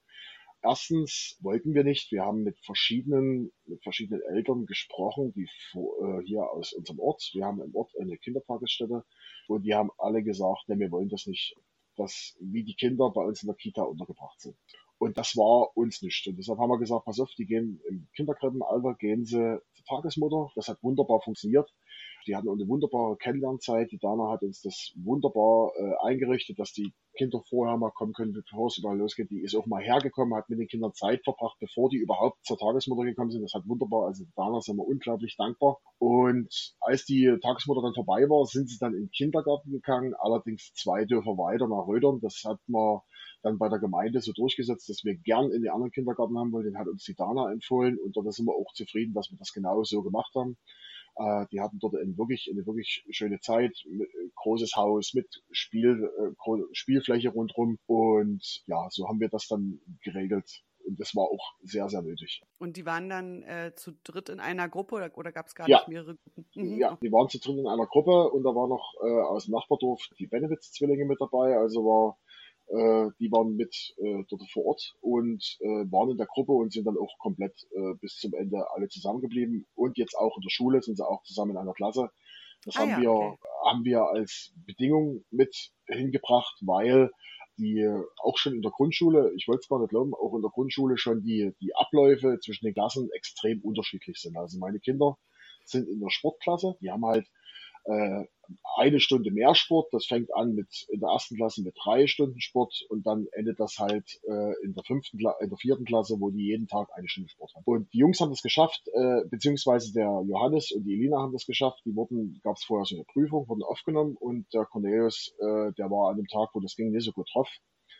S1: Erstens wollten wir nicht, wir haben mit verschiedenen, mit verschiedenen Eltern gesprochen, die vor, äh, hier aus unserem Ort, wir haben im Ort eine Kindertagesstätte und die haben alle gesagt, ne, wir wollen das nicht, dass wie die Kinder bei uns in der Kita untergebracht sind. Und das war uns nicht. Und deshalb haben wir gesagt, pass auf, die gehen im Kinderkrippenalter, gehen sie zur Tagesmutter. Das hat wunderbar funktioniert. Die hatten eine wunderbare Kennenlernzeit. Die Dana hat uns das wunderbar äh, eingerichtet, dass die Kinder vorher mal kommen können, bevor es überall losgeht. Die ist auch mal hergekommen, hat mit den Kindern Zeit verbracht, bevor die überhaupt zur Tagesmutter gekommen sind. Das hat wunderbar, also Dana sind wir unglaublich dankbar. Und als die Tagesmutter dann vorbei war, sind sie dann in den Kindergarten gegangen. Allerdings zwei Dörfer weiter nach Rödern. Das hat man dann bei der Gemeinde so durchgesetzt, dass wir gern in den anderen Kindergarten haben wollen. Den hat uns die Dana empfohlen und da sind wir auch zufrieden, dass wir das genau so gemacht haben. Äh, die hatten dort eine wirklich, eine wirklich schöne Zeit, mit, äh, großes Haus mit Spiel, äh, Spielfläche rundherum und ja, so haben wir das dann geregelt. Und das war auch sehr, sehr nötig.
S2: Und die waren dann äh, zu dritt in einer Gruppe oder, oder gab es gar
S1: ja.
S2: nicht mehrere Gruppen? Mhm.
S1: Ja, die waren zu dritt in einer Gruppe und da war noch äh, aus dem Nachbardorf die Benewitz-Zwillinge mit dabei. Also war Äh, die waren mit äh, dort vor Ort und äh, waren in der Gruppe und sind dann auch komplett äh, bis zum Ende alle zusammengeblieben. Und jetzt auch in der Schule sind sie auch zusammen in einer Klasse. Das
S2: Ah
S1: haben
S2: ja,
S1: wir,
S2: okay.
S1: haben wir als Bedingung mit hingebracht, weil die äh, auch schon in der Grundschule, ich wollte es gar nicht glauben, auch in der Grundschule schon die, die Abläufe zwischen den Klassen extrem unterschiedlich sind. Also meine Kinder sind in der Sportklasse, die haben halt äh, eine Stunde mehr Sport. Das fängt an mit in der ersten Klasse mit drei Stunden Sport und dann endet das halt äh, in der fünften, Kla in der vierten Klasse, wo die jeden Tag eine Stunde Sport haben. Und die Jungs haben das geschafft, äh, beziehungsweise der Johannes und die Elina haben das geschafft. Die wurden, gab es vorher so eine Prüfung, wurden aufgenommen und der Cornelius, äh, der war an dem Tag, wo das ging, nicht so gut drauf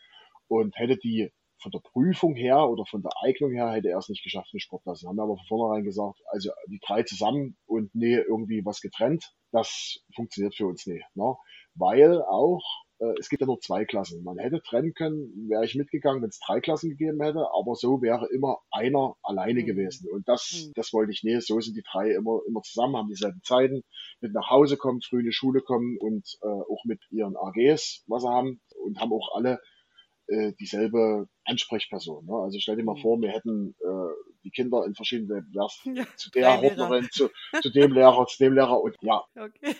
S1: und hätte die von der Prüfung her oder von der Eignung her hätte er es nicht geschafft in Sportklasse. Haben wir aber von vornherein gesagt, also die drei zusammen und nee, irgendwie was getrennt, das funktioniert für uns nicht. Ne? Weil auch, äh, es gibt ja nur zwei Klassen. Man hätte trennen können, wäre ich mitgegangen, wenn es drei Klassen gegeben hätte, aber so wäre immer einer alleine
S2: Mhm.
S1: gewesen. Und das,
S2: Mhm.
S1: das wollte ich nicht. So sind die drei immer, immer zusammen, haben dieselben Zeiten, mit nach Hause kommen, früh in die Schule kommen und äh, auch mit ihren A Gs, was sie haben und haben auch alle äh, dieselbe Ansprechperson. Ne? Also stell dir mal
S2: Mhm.
S1: vor, wir hätten äh, die Kinder in verschiedene, wärst
S2: Ja,
S1: zu
S2: drei
S1: der
S2: Lehrer.
S1: Ordnerin, zu, zu dem Lehrer, zu dem Lehrer und ja.
S2: Okay.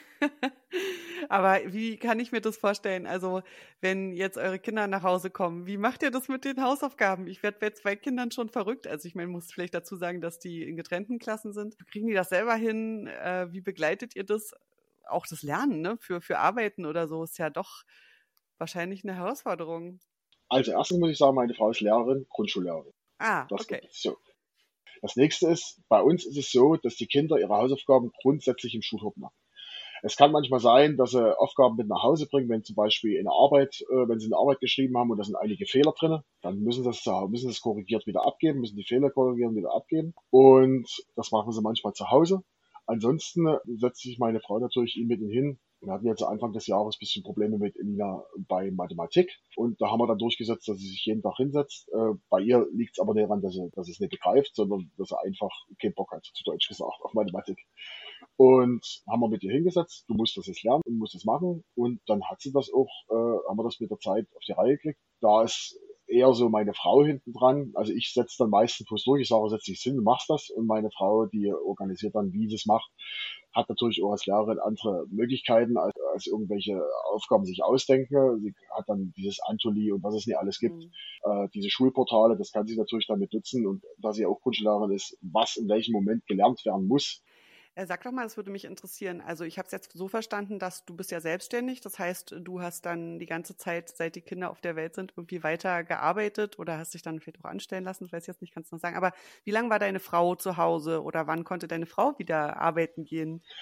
S2: Aber wie kann ich mir das vorstellen? Also, wenn jetzt eure Kinder nach Hause kommen, wie macht ihr das mit den Hausaufgaben? Ich werde bei zwei Kindern schon verrückt. Also, ich meine, muss vielleicht dazu sagen, dass die in getrennten Klassen sind. Kriegen die das selber hin? Äh, wie begleitet ihr das? Auch das Lernen, ne? Für, für Arbeiten oder so ist ja doch wahrscheinlich eine Herausforderung.
S1: Also erstens muss ich sagen, meine Frau ist Lehrerin, Grundschullehrerin.
S2: Ah,
S1: Das
S2: okay.
S1: ist so. Das nächste ist, bei uns ist es so, dass die Kinder ihre Hausaufgaben grundsätzlich im Schulhof machen. Es kann manchmal sein, dass sie Aufgaben mit nach Hause bringen, wenn zum Beispiel in der Arbeit, äh, wenn sie eine Arbeit geschrieben haben und da sind einige Fehler drin, dann müssen sie das, zu Hause- müssen sie es korrigiert wieder abgeben, müssen die Fehler korrigieren, wieder abgeben. Und das machen sie manchmal zu Hause. Ansonsten äh, setzt sich meine Frau natürlich ihm mit ihnen hin. Wir hatten jetzt Anfang des Jahres ein bisschen Probleme mit Elina bei Mathematik und da haben wir dann durchgesetzt, dass sie sich jeden Tag hinsetzt. Äh, bei ihr liegt es aber nicht daran, dass sie, dass sie es nicht begreift, sondern dass sie einfach keinen Bock hat, zu Deutsch gesagt, auf Mathematik. Und haben wir mit ihr hingesetzt, du musst das jetzt lernen und musst das machen. Und dann hat sie das auch, äh, haben wir das mit der Zeit auf die Reihe gekriegt. Da ist eher so meine Frau hinten dran. Also ich setze dann meistens Fuß durch, ich sage, setz dich hin, du machst das. Und meine Frau, die organisiert dann, wie sie es macht, hat natürlich auch als Lehrerin andere Möglichkeiten, als, als irgendwelche Aufgaben sich ausdenken. Sie hat dann dieses Antoli und was es nicht alles gibt,
S2: Mhm.
S1: äh, diese Schulportale, das kann sie natürlich damit nutzen. Und da sie auch Grundschullehrerin ist, was in welchem Moment gelernt werden muss.
S2: Äh, Sag doch mal, das würde mich interessieren. Also ich habe es jetzt so verstanden, dass du bist ja selbstständig. Das heißt, du hast dann die ganze Zeit, seit die Kinder auf der Welt sind, irgendwie weiter gearbeitet oder hast dich dann vielleicht auch anstellen lassen. Das weiß ich jetzt nicht, kannst du noch sagen. Aber wie lange war deine Frau zu Hause oder wann konnte deine Frau wieder arbeiten gehen?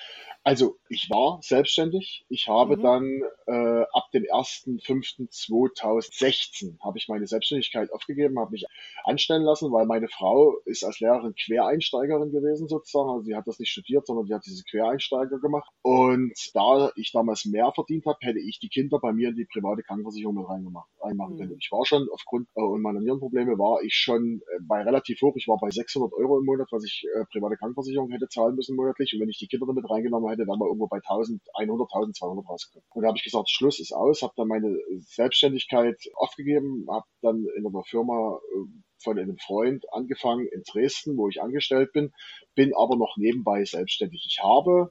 S1: Also ich war selbstständig. Ich habe
S2: Mhm.
S1: dann äh, ab dem ersten fünften zweitausendsechzehn habe ich meine Selbstständigkeit aufgegeben, habe mich anstellen lassen, weil meine Frau ist als Lehrerin Quereinsteigerin gewesen sozusagen. Also sie hat das nicht studiert, sondern die hat diese Quereinsteiger gemacht. Und da ich damals mehr verdient habe, hätte ich die Kinder bei mir in die private Krankenversicherung mit reingemacht, reinmachen können.
S2: Mhm.
S1: Ich war schon aufgrund äh, meiner Nierenprobleme war ich schon äh, bei relativ hoch. Ich war bei sechshundert Euro im Monat, was ich äh, private Krankenversicherung hätte zahlen müssen monatlich. Und wenn ich die Kinder damit reingenommen hätte, wären wir irgendwo bei eintausendeinhundert, eintausendzweihundert rausgekommen. Und da habe ich gesagt, Schluss ist aus, habe dann meine Selbstständigkeit aufgegeben, habe dann in einer Firma äh, von einem Freund angefangen in Dresden, wo ich angestellt bin, bin aber noch nebenbei selbstständig. Ich habe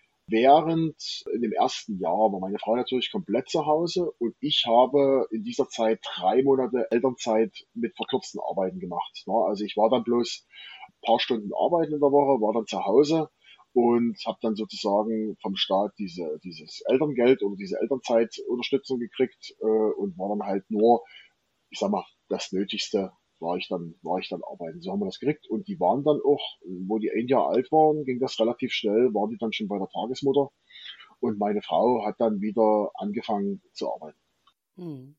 S1: während in dem ersten Jahr war meine Frau natürlich komplett zu Hause und ich habe in dieser Zeit drei Monate Elternzeit mit verkürzten Arbeiten gemacht. Ne? Also ich war dann bloß ein paar Stunden arbeiten in der Woche, war dann zu Hause und habe dann sozusagen vom Staat diese, dieses Elterngeld oder diese Elternzeitunterstützung gekriegt äh, und war dann halt nur, ich sag mal, das Nötigste war ich dann, war ich dann arbeiten. So haben wir das gekriegt. Und die waren dann auch, wo die ein Jahr alt waren, ging das relativ schnell, waren die dann schon bei der Tagesmutter. Und meine Frau hat dann wieder angefangen zu arbeiten.
S2: Mhm.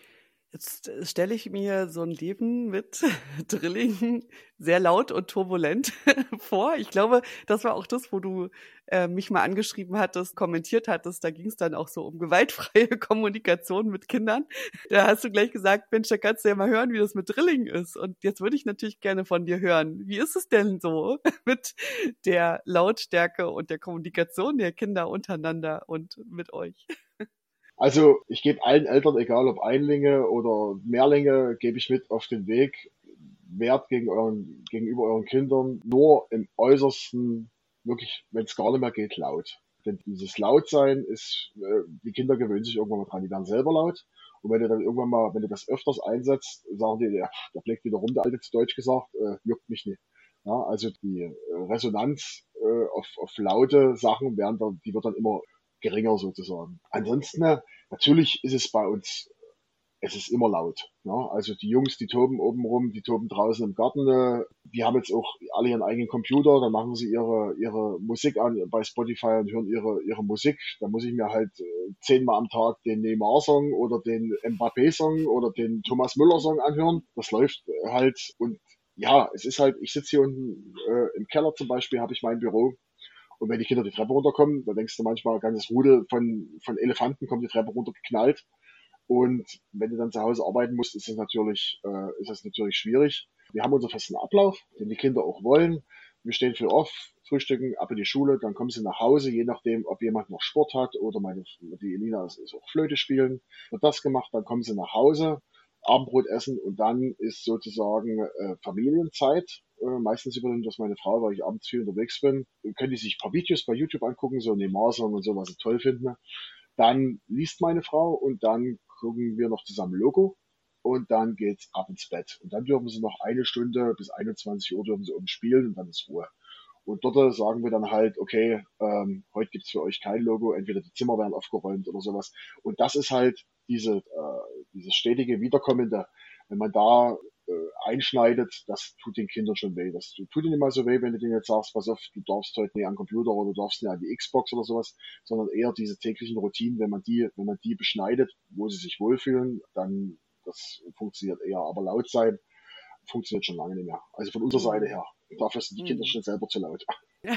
S2: Jetzt äh, stelle ich mir so ein Leben mit Drillingen sehr laut und turbulent vor. Ich glaube, das war auch das, wo du äh, mich mal angeschrieben hattest, kommentiert hattest. Da ging es dann auch so um gewaltfreie Kommunikation mit Kindern. Da hast du gleich gesagt, Mensch, da kannst du ja mal hören, wie das mit Drillingen ist. Und jetzt würde ich natürlich gerne von dir hören. Wie ist es denn so mit der Lautstärke und der Kommunikation der Kinder untereinander und mit euch?
S1: Also ich gebe allen Eltern, egal ob Einlinge oder Mehrlinge, gebe ich mit auf den Weg, Wert gegen euren, gegenüber euren Kindern nur im Äußersten, wirklich, wenn es gar nicht mehr geht, laut. Denn dieses Lautsein ist, äh, die Kinder gewöhnen sich irgendwann mal dran, die werden selber laut. Und wenn du dann irgendwann mal, wenn du das öfters einsetzt, sagen die, ja, der blickt wieder rum, der alte zu Deutsch gesagt, äh, juckt mich nicht. Ja, also die äh, Resonanz äh, auf, auf laute Sachen werden dann, die wird dann immer geringer sozusagen. Ansonsten, äh, natürlich ist es bei uns, es ist immer laut. Ne? Also die Jungs, die toben oben rum, die toben draußen im Garten. Äh, die haben jetzt auch alle ihren eigenen Computer, dann machen sie ihre, ihre Musik an bei Spotify und hören ihre, ihre Musik. Da muss ich mir halt äh, zehnmal am Tag den Neymar-Song oder den Mbappé-Song oder den Thomas Müller-Song anhören. Das läuft äh, halt und ja, es ist halt, ich sitze hier unten äh, im Keller zum Beispiel, habe ich mein Büro. Und wenn die Kinder die Treppe runterkommen, da denkst du manchmal, ein ganzes Rudel von, von Elefanten kommt die Treppe runtergeknallt. Und wenn du dann zu Hause arbeiten musst, ist das natürlich, äh, ist das natürlich schwierig. Wir haben unseren festen Ablauf, den die Kinder auch wollen. Wir stehen früh auf, frühstücken, ab in die Schule, dann kommen sie nach Hause, je nachdem, ob jemand noch Sport hat oder meine, die Elina ist, ist auch Flöte spielen, wird das gemacht, dann kommen sie nach Hause, Abendbrot essen und dann ist sozusagen äh, Familienzeit. Äh, meistens übernimmt das meine Frau, weil ich abends viel unterwegs bin. Dann können die sich ein paar Videos bei YouTube angucken, so Neymar-Song und so, was sie toll finden. Dann liest meine Frau und dann gucken wir noch zusammen Logo und dann geht's ab ins Bett. Und dann dürfen sie noch eine Stunde bis einundzwanzig Uhr dürfen sie oben spielen und dann ist Ruhe. Und dort sagen wir dann halt, okay, ähm, heute gibt's für euch kein Logo, entweder die Zimmer werden aufgeräumt oder sowas. Und das ist halt diese, äh, dieses stetige Wiederkommende. Wenn man da äh, einschneidet, das tut den Kindern schon weh. Das tut ihnen immer so weh, wenn du denen jetzt sagst, pass auf, du darfst heute nicht an den Computer oder du darfst nicht an die Xbox oder sowas, sondern eher diese täglichen Routinen, wenn man die, wenn man die beschneidet, wo sie sich wohlfühlen, dann das funktioniert eher. Aber laut sein funktioniert schon lange nicht mehr. Also von unserer Seite
S2: Mhm.
S1: her. Dafür sind die Kinder
S2: Mhm.
S1: schon selber zu laut.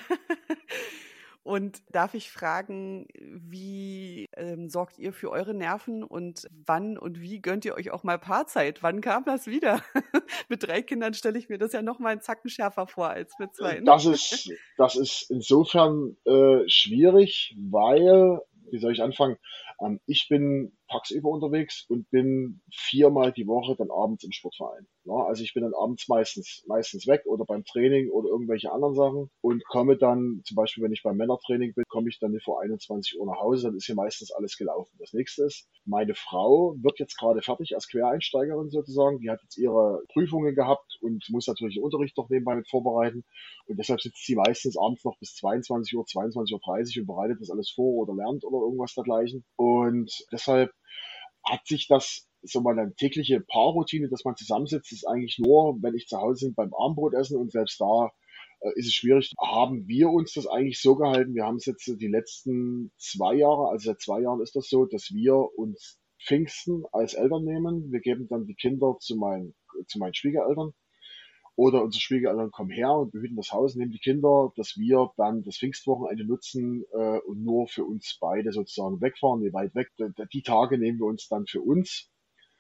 S2: Und darf ich fragen, wie ähm, sorgt ihr für eure Nerven und wann und wie gönnt ihr euch auch mal Paarzeit? Wann kam das wieder? Mit drei Kindern stelle ich mir das ja noch mal einen Zacken schärfer vor als mit zwei, ne?
S1: Das ist, das ist insofern äh, schwierig, weil, wie soll ich anfangen? Ähm, ich bin tagsüber unterwegs und bin viermal die Woche dann abends im Sportverein. Ja, also ich bin dann abends meistens, meistens weg oder beim Training oder irgendwelche anderen Sachen und komme dann, zum Beispiel wenn ich beim Männertraining bin, komme ich dann nicht vor einundzwanzig Uhr nach Hause, dann ist hier meistens alles gelaufen. Das nächste ist, meine Frau wird jetzt gerade fertig als Quereinsteigerin sozusagen. Die hat jetzt ihre Prüfungen gehabt und muss natürlich den Unterricht noch nebenbei mit vorbereiten. Und deshalb sitzt sie meistens abends noch bis zweiundzwanzig Uhr, zweiundzwanzig Uhr dreißig und bereitet das alles vor oder lernt oder irgendwas dergleichen. Und deshalb hat sich das so meine tägliche Paarroutine, dass man zusammensitzt, ist eigentlich nur, wenn ich zu Hause bin beim Abendbrotessen und selbst da äh, ist es schwierig. Haben wir uns das eigentlich so gehalten? Wir haben es jetzt die letzten zwei Jahre, also seit zwei Jahren ist das so, dass wir uns Pfingsten als Eltern nehmen. Wir geben dann die Kinder zu meinen, zu meinen Schwiegereltern. Oder unsere Schwiegereltern kommen her und behüten das Haus, nehmen die Kinder, dass wir dann das Pfingstwochenende nutzen äh, und nur für uns beide sozusagen wegfahren, wie weit weg. Die Tage nehmen wir uns dann für uns.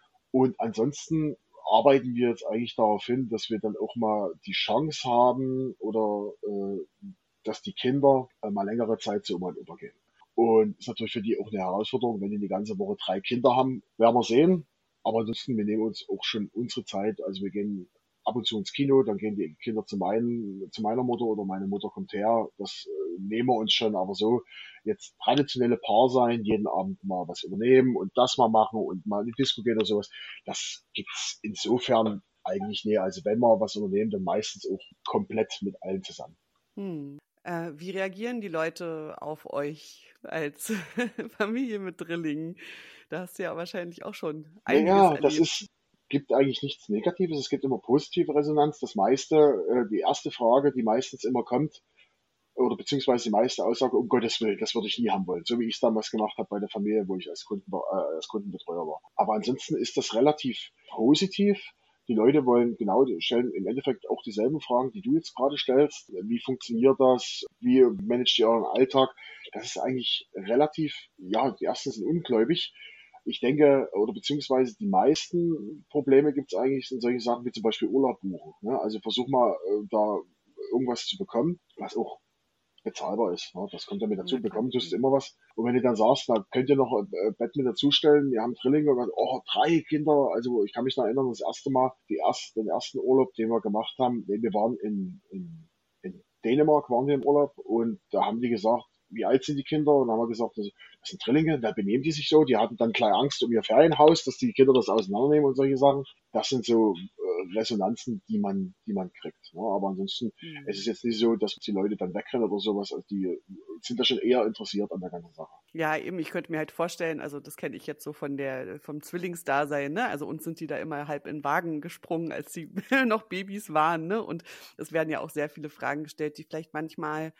S1: Und ansonsten arbeiten wir jetzt eigentlich darauf hin, dass wir dann auch mal die Chance haben oder äh, dass die Kinder äh, mal längere Zeit zu Oma und Opa gehen. Und ist natürlich für die auch eine Herausforderung, wenn die die ganze Woche drei Kinder haben, werden wir sehen. Aber ansonsten, wir nehmen uns auch schon unsere Zeit, also wir gehen ab und zu ins Kino, dann gehen die Kinder zu, meinen, zu meiner Mutter oder meine Mutter kommt her. Das äh, nehmen wir uns schon, aber so jetzt traditionelle Paar sein, jeden Abend mal was übernehmen und das mal machen und mal in die Disco gehen oder sowas, das gibt's insofern eigentlich nie. Also wenn wir was unternehmen, dann meistens auch komplett mit allen zusammen.
S2: Hm. Äh, wie reagieren die Leute auf euch als Familie mit Drillingen? Da hast du ja wahrscheinlich auch schon einiges
S1: Naja,
S2: erlebt.
S1: das ist, gibt eigentlich nichts Negatives, es gibt immer positive Resonanz. Das meiste, äh, die erste Frage, die meistens immer kommt, oder beziehungsweise die meiste Aussage, um Gottes Willen, das würde ich nie haben wollen. So wie ich es damals gemacht habe bei der Familie, wo ich als, Kunden, äh, als Kundenbetreuer war. Aber ansonsten ist das relativ positiv. Die Leute wollen genau, stellen im Endeffekt auch dieselben Fragen, die du jetzt gerade stellst. Wie funktioniert das? Wie managt ihr euren Alltag? Das ist eigentlich relativ, ja, die ersten sind ungläubig. Ich denke, oder beziehungsweise die meisten Probleme gibt es eigentlich in solchen Sachen wie zum Beispiel Urlaub buchen. Ne? Also versuch mal äh, da irgendwas zu bekommen, was auch bezahlbar ist. Ne? Das kommt ja mit dazu.
S2: Ja, klar.
S1: Bekommen tust du immer was. Und wenn du dann sagst, da könnt ihr noch ein äh, Bett mit dazustellen, wir haben Drillinge, und dann, oh, drei Kinder. Also ich kann mich noch erinnern, das erste Mal, die erste, den ersten Urlaub, den wir gemacht haben, wir waren in, in, in Dänemark, waren wir im Urlaub und da haben die gesagt, wie alt sind die Kinder? Und dann haben wir gesagt, das, das sind Drillinge, da benehmen die sich so. Die hatten dann gleich Angst um ihr Ferienhaus, dass die Kinder das auseinandernehmen und solche Sachen. Das sind so äh, Resonanzen, die man, die man kriegt. Ne? Aber ansonsten,
S2: Mhm.
S1: es ist jetzt nicht so, dass die Leute dann wegrennen oder sowas. Also die sind da schon eher interessiert an der ganzen Sache.
S2: Ja, eben, ich könnte mir halt vorstellen, also das kenne ich jetzt so von der, vom Zwillingsdasein, ne? Also uns sind die da immer halb in den Wagen gesprungen, als sie noch Babys waren, ne? Und es werden ja auch sehr viele Fragen gestellt, die vielleicht manchmal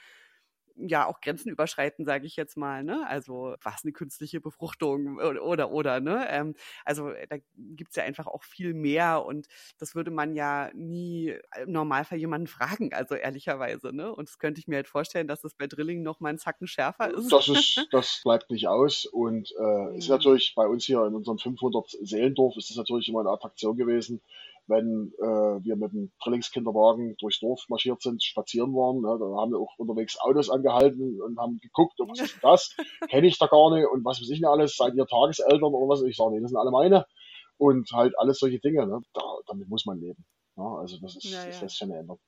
S2: ja auch Grenzen überschreiten, sage ich jetzt mal, ne? Also was eine künstliche Befruchtung oder oder, oder ne? Ähm, also da gibt's ja einfach auch viel mehr und das würde man ja nie im Normalfall jemanden fragen, also ehrlicherweise, ne? Und das könnte ich mir halt vorstellen, dass das bei Drilling noch mal einen Zacken schärfer ist.
S1: Das ist, das bleibt nicht aus und äh, ist natürlich bei uns hier in unserem fünfhundert Seelendorf ist das natürlich immer eine Attraktion gewesen, wenn äh, wir mit dem Drillingskinderwagen durchs Dorf marschiert sind, spazieren waren. Ne, da haben wir auch unterwegs Autos angehalten und haben geguckt, oh, was ist denn das? Kenne ich da gar nicht und was weiß ich denn alles, seid ihr Tageseltern oder was? Ich sage, nee, das sind alle meine. Und halt alles solche Dinge, ne? Da, damit muss man leben. Ja, also das ist,
S2: Ja,
S1: das
S2: ja.
S1: lässt sich ja nicht ändern.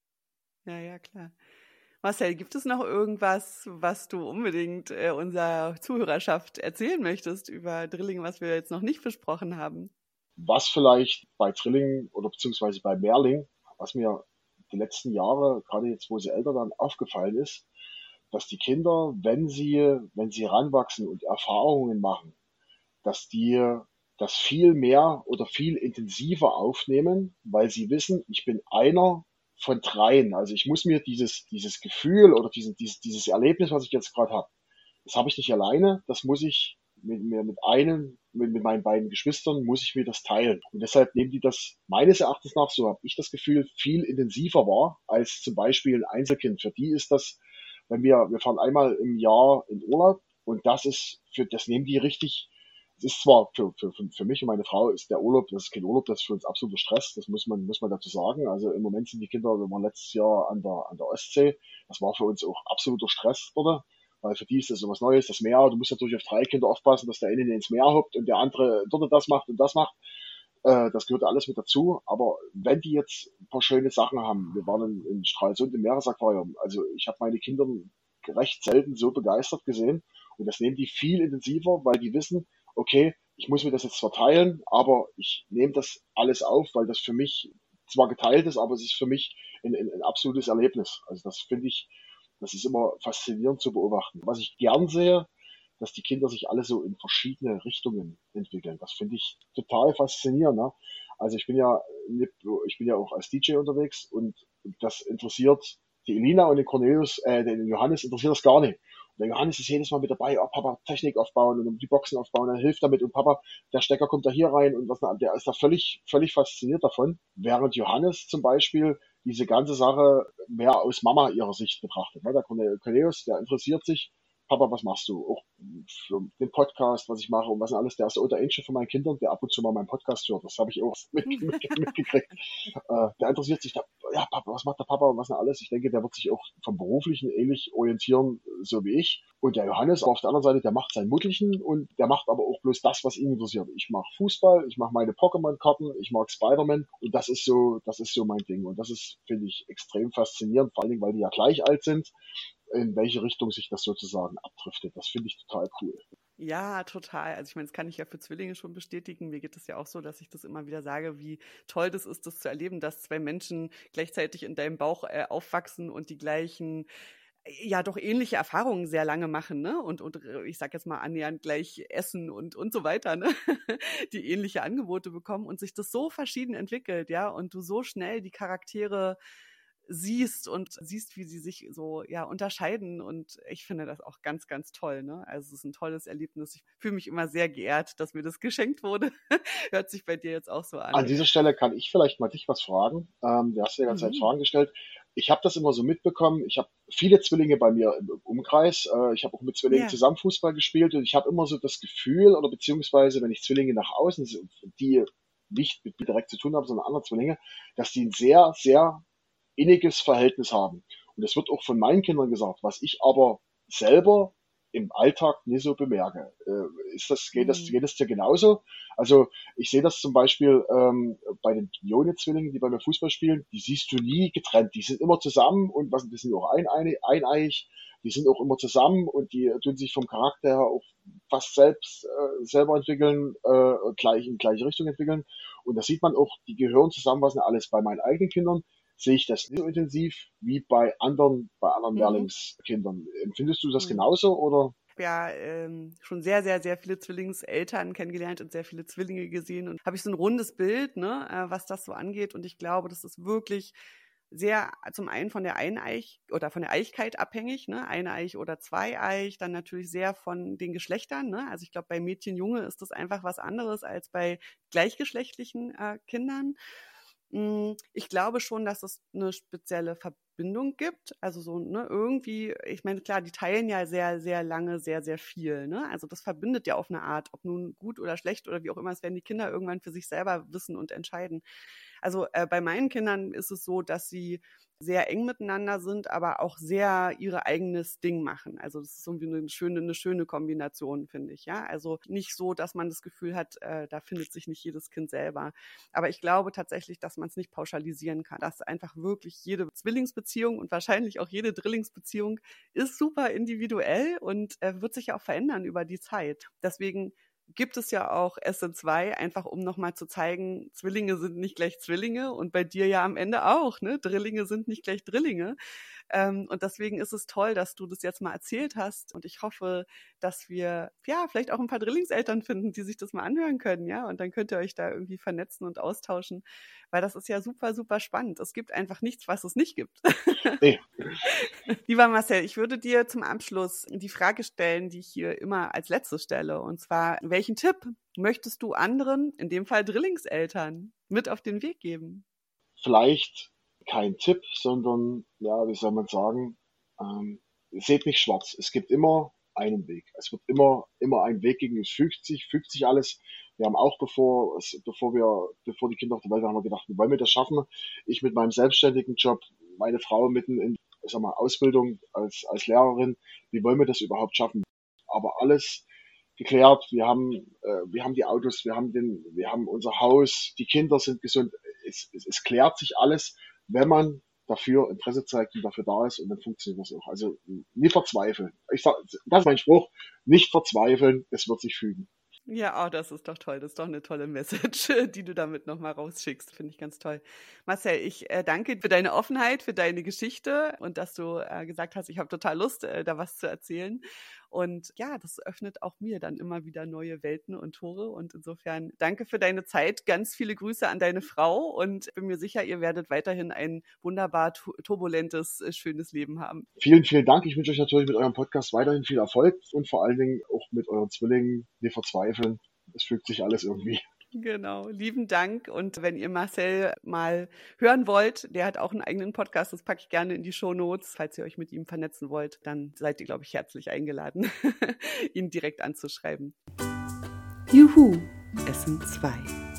S2: Ja, ja, klar. Marcel, gibt es noch irgendwas, was du unbedingt äh, unserer Zuhörerschaft erzählen möchtest über Drilling, was wir jetzt noch nicht besprochen haben?
S1: Was vielleicht bei Drilling oder beziehungsweise bei Mehrling, was mir die letzten Jahre, gerade jetzt, wo sie älter werden, aufgefallen ist, dass die Kinder, wenn sie, wenn sie heranwachsen und Erfahrungen machen, dass die das viel mehr oder viel intensiver aufnehmen, weil sie wissen, ich bin einer von dreien. Also ich muss mir dieses, dieses Gefühl oder diesen, dieses, dieses Erlebnis, was ich jetzt gerade habe, das habe ich nicht alleine, das muss ich mit mir, mit einem, mit, mit meinen beiden Geschwistern, muss ich mir das teilen. Und deshalb nehmen die das meines Erachtens nach, so habe ich das Gefühl, viel intensiver wahr als zum Beispiel ein Einzelkind. Für die ist das, wenn wir, wir fahren einmal im Jahr in Urlaub und das ist, für, das nehmen die richtig. Es ist zwar für, für, für mich und meine Frau ist der Urlaub, das ist kein Urlaub, das ist für uns absoluter Stress, das muss man, muss man dazu sagen. Also im Moment sind die Kinder, wir waren letztes Jahr an der, an der Ostsee, das war für uns auch absoluter Stress dort. Weil für die ist das so was Neues, das Meer. Du musst natürlich auf drei Kinder aufpassen, dass der eine ins Meer hoppt und der andere dort das macht und das macht. Äh, das gehört alles mit dazu. Aber wenn die jetzt ein paar schöne Sachen haben, wir waren in, in Stralsund im Meeresaquarium. Also ich habe meine Kinder recht selten so begeistert gesehen. Und das nehmen die viel intensiver, weil die wissen, okay, ich muss mir das jetzt verteilen, aber ich nehme das alles auf, weil das für mich zwar geteilt ist, aber es ist für mich ein, ein, ein absolutes Erlebnis. Also das finde ich, das ist immer faszinierend zu beobachten. Was ich gern sehe, dass die Kinder sich alle so in verschiedene Richtungen entwickeln. Das finde ich total faszinierend. Ne? Also ich bin ja, ich bin ja auch als D J unterwegs und das interessiert die Elina und den Cornelius, äh, den Johannes interessiert das gar nicht. Und der Johannes ist jedes Mal mit dabei, oh Papa, Technik aufbauen und die Boxen aufbauen, er hilft damit und Papa, der Stecker kommt da hier rein und was, der ist da völlig, völlig fasziniert davon. Während Johannes zum Beispiel diese ganze Sache mehr aus Mama ihrer Sicht betrachtet. Der Cornelius, der interessiert sich, Papa, was machst du? Auch für den Podcast, was ich mache und was und alles. Der ist der Unter Angel von meinen Kindern, der ab und zu mal meinen Podcast hört. Das habe ich auch mit, mit, mitgekriegt. Äh, der interessiert sich, da, ja, Papa, was macht der Papa und was und alles? Ich denke, der wird sich auch vom Beruflichen ähnlich orientieren, so wie ich. Und der Johannes, auf der anderen Seite, der macht sein Muttelchen und der macht aber auch bloß das, was ihn interessiert. Ich mache Fußball, ich mache meine Pokémon-Karten, ich mag Spider-Man und das ist so, das ist so mein Ding. Und das ist, finde ich, extrem faszinierend, vor allen Dingen, weil die ja gleich alt sind, in welche Richtung sich das sozusagen abdriftet. Das finde ich total cool.
S2: Ja, total. Also ich meine, das kann ich ja für Zwillinge schon bestätigen. Mir geht es ja auch so, dass ich das immer wieder sage, wie toll das ist, das zu erleben, dass zwei Menschen gleichzeitig in deinem Bauch äh, aufwachsen und die gleichen, ja doch ähnliche Erfahrungen sehr lange machen, ne? Und, und ich sag jetzt mal annähernd gleich essen und, und so weiter, ne? Die ähnliche Angebote bekommen und sich das so verschieden entwickelt, ja? Und du so schnell die Charaktere siehst und siehst, wie sie sich so ja unterscheiden und ich finde das auch ganz, ganz toll, ne? Also es ist ein tolles Erlebnis. Ich fühle mich immer sehr geehrt, dass mir das geschenkt wurde. Hört sich bei dir jetzt auch so an.
S1: An dieser Stelle kann ich vielleicht mal dich was fragen. Ähm, du hast ja die ganze Zeit Fragen gestellt. Ich habe das immer so mitbekommen. Ich habe viele Zwillinge bei mir im Umkreis. Äh, ich habe auch mit Zwillingen
S2: Ja.
S1: zusammen Fußball gespielt und ich habe immer so das Gefühl, oder beziehungsweise wenn ich Zwillinge nach außen, die nicht mit mir direkt zu tun haben, sondern andere Zwillinge, dass die ein sehr, sehr inniges Verhältnis haben. Und das wird auch von meinen Kindern gesagt, was ich aber selber im Alltag nicht so bemerke. Äh, ist das, geht, das, geht das dir genauso? Also ich sehe das zum Beispiel ähm, bei den Jone-Zwillingen, die bei mir Fußball spielen, die siehst du nie getrennt. Die sind immer zusammen und was, die sind auch ein, ein, eineich, die sind auch immer zusammen und die tun sich vom Charakter her auch fast selbst äh, selber entwickeln, äh, gleich in gleiche Richtung entwickeln. Und da sieht man auch, die gehören zusammen, was denn alles. Bei meinen eigenen Kindern sehe ich das nicht so intensiv wie bei anderen, bei anderen
S2: Mhm.
S1: Lehrlingskindern. Empfindest du das
S2: Mhm.
S1: genauso oder?
S2: Ich habe ja ähm, schon sehr, sehr, sehr viele Zwillingseltern kennengelernt und sehr viele Zwillinge gesehen und habe ich so ein rundes Bild, ne, äh, was das so angeht. Und ich glaube, das ist wirklich sehr zum einen von der Eineich oder von der Eichkeit abhängig, ne, Eineich oder Zweieich, dann natürlich sehr von den Geschlechtern, ne. Also ich glaube, bei Mädchen, Junge ist das einfach was anderes als bei gleichgeschlechtlichen äh, Kindern. Ich glaube schon, dass es eine spezielle Verbindung gibt. Also so, ne, irgendwie, ich meine, klar, die teilen ja sehr, sehr lange, sehr, sehr viel, ne? Also das verbindet ja auf eine Art, ob nun gut oder schlecht oder wie auch immer, das werden die Kinder irgendwann für sich selber wissen und entscheiden. Also äh, bei meinen Kindern ist es so, dass sie sehr eng miteinander sind, aber auch sehr ihr eigenes Ding machen. Also das ist irgendwie eine schöne, eine schöne Kombination, finde ich. Ja, also nicht so, dass man das Gefühl hat, äh, da findet sich nicht jedes Kind selber. Aber ich glaube tatsächlich, dass man es nicht pauschalisieren kann. Dass einfach wirklich jede Zwillingsbeziehung und wahrscheinlich auch jede Drillingsbeziehung ist super individuell und äh, wird sich ja auch verändern über die Zeit. Deswegen gibt es ja auch S N zwei, einfach um nochmal zu zeigen, Zwillinge sind nicht gleich Zwillinge und bei dir ja am Ende auch, ne? Drillinge sind nicht gleich Drillinge. Ähm, und deswegen ist es toll, dass du das jetzt mal erzählt hast und ich hoffe, dass wir ja vielleicht auch ein paar Drillingseltern finden, die sich das mal anhören können, ja? Und dann könnt ihr euch da irgendwie vernetzen und austauschen, weil das ist ja super, super spannend. Es gibt einfach nichts, was es nicht gibt.
S1: Nee.
S2: Lieber Marcel, ich würde dir zum Abschluss die Frage stellen, die ich hier immer als letztes stelle. Und zwar, welchen Tipp möchtest du anderen, in dem Fall Drillingseltern, mit auf den Weg geben?
S1: Vielleicht kein Tipp, sondern, ja, wie soll man sagen, ähm, seht nicht schwarz. Es gibt immer einen Weg. Es wird immer, immer einen Weg gegen, es fügt sich, fügt sich alles. Wir haben auch, bevor, es, bevor wir, bevor die Kinder auf der Welt waren, haben wir gedacht, wie wollen wir das schaffen? Ich mit meinem selbstständigen Job, meine Frau mitten in, ich sag mal, Ausbildung als, als Lehrerin, wie wollen wir das überhaupt schaffen? Aber alles geklärt. Wir haben, äh, wir haben die Autos, wir haben den, wir haben unser Haus, die Kinder sind gesund. Es, es, es klärt sich alles, wenn man dafür Interesse zeigt und dafür da ist und dann funktioniert das auch. Also nie verzweifeln. Ich sag, das ist mein Spruch. Nicht verzweifeln, es wird sich fügen.
S2: Ja, oh, das ist doch toll. Das ist doch eine tolle Message, die du damit nochmal rausschickst. Finde ich ganz toll. Marcel, ich äh, danke für deine Offenheit, für deine Geschichte und dass du äh, gesagt hast, ich habe total Lust, äh, da was zu erzählen. Und ja, das öffnet auch mir dann immer wieder neue Welten und Tore. Und insofern danke für deine Zeit. Ganz viele Grüße an deine Frau und bin mir sicher, ihr werdet weiterhin ein wunderbar turbulentes, schönes Leben haben.
S1: Vielen, vielen Dank. Ich wünsche euch natürlich mit eurem Podcast weiterhin viel Erfolg und vor allen Dingen auch mit euren Zwillingen. Wir verzweifeln. Es fügt sich alles irgendwie.
S2: Genau, lieben Dank. Und wenn ihr Marcel mal hören wollt, der hat auch einen eigenen Podcast, das packe ich gerne in die Shownotes. Falls ihr euch mit ihm vernetzen wollt, dann seid ihr, glaube ich, herzlich eingeladen, ihn direkt anzuschreiben.
S3: Juhu, es sind zwei.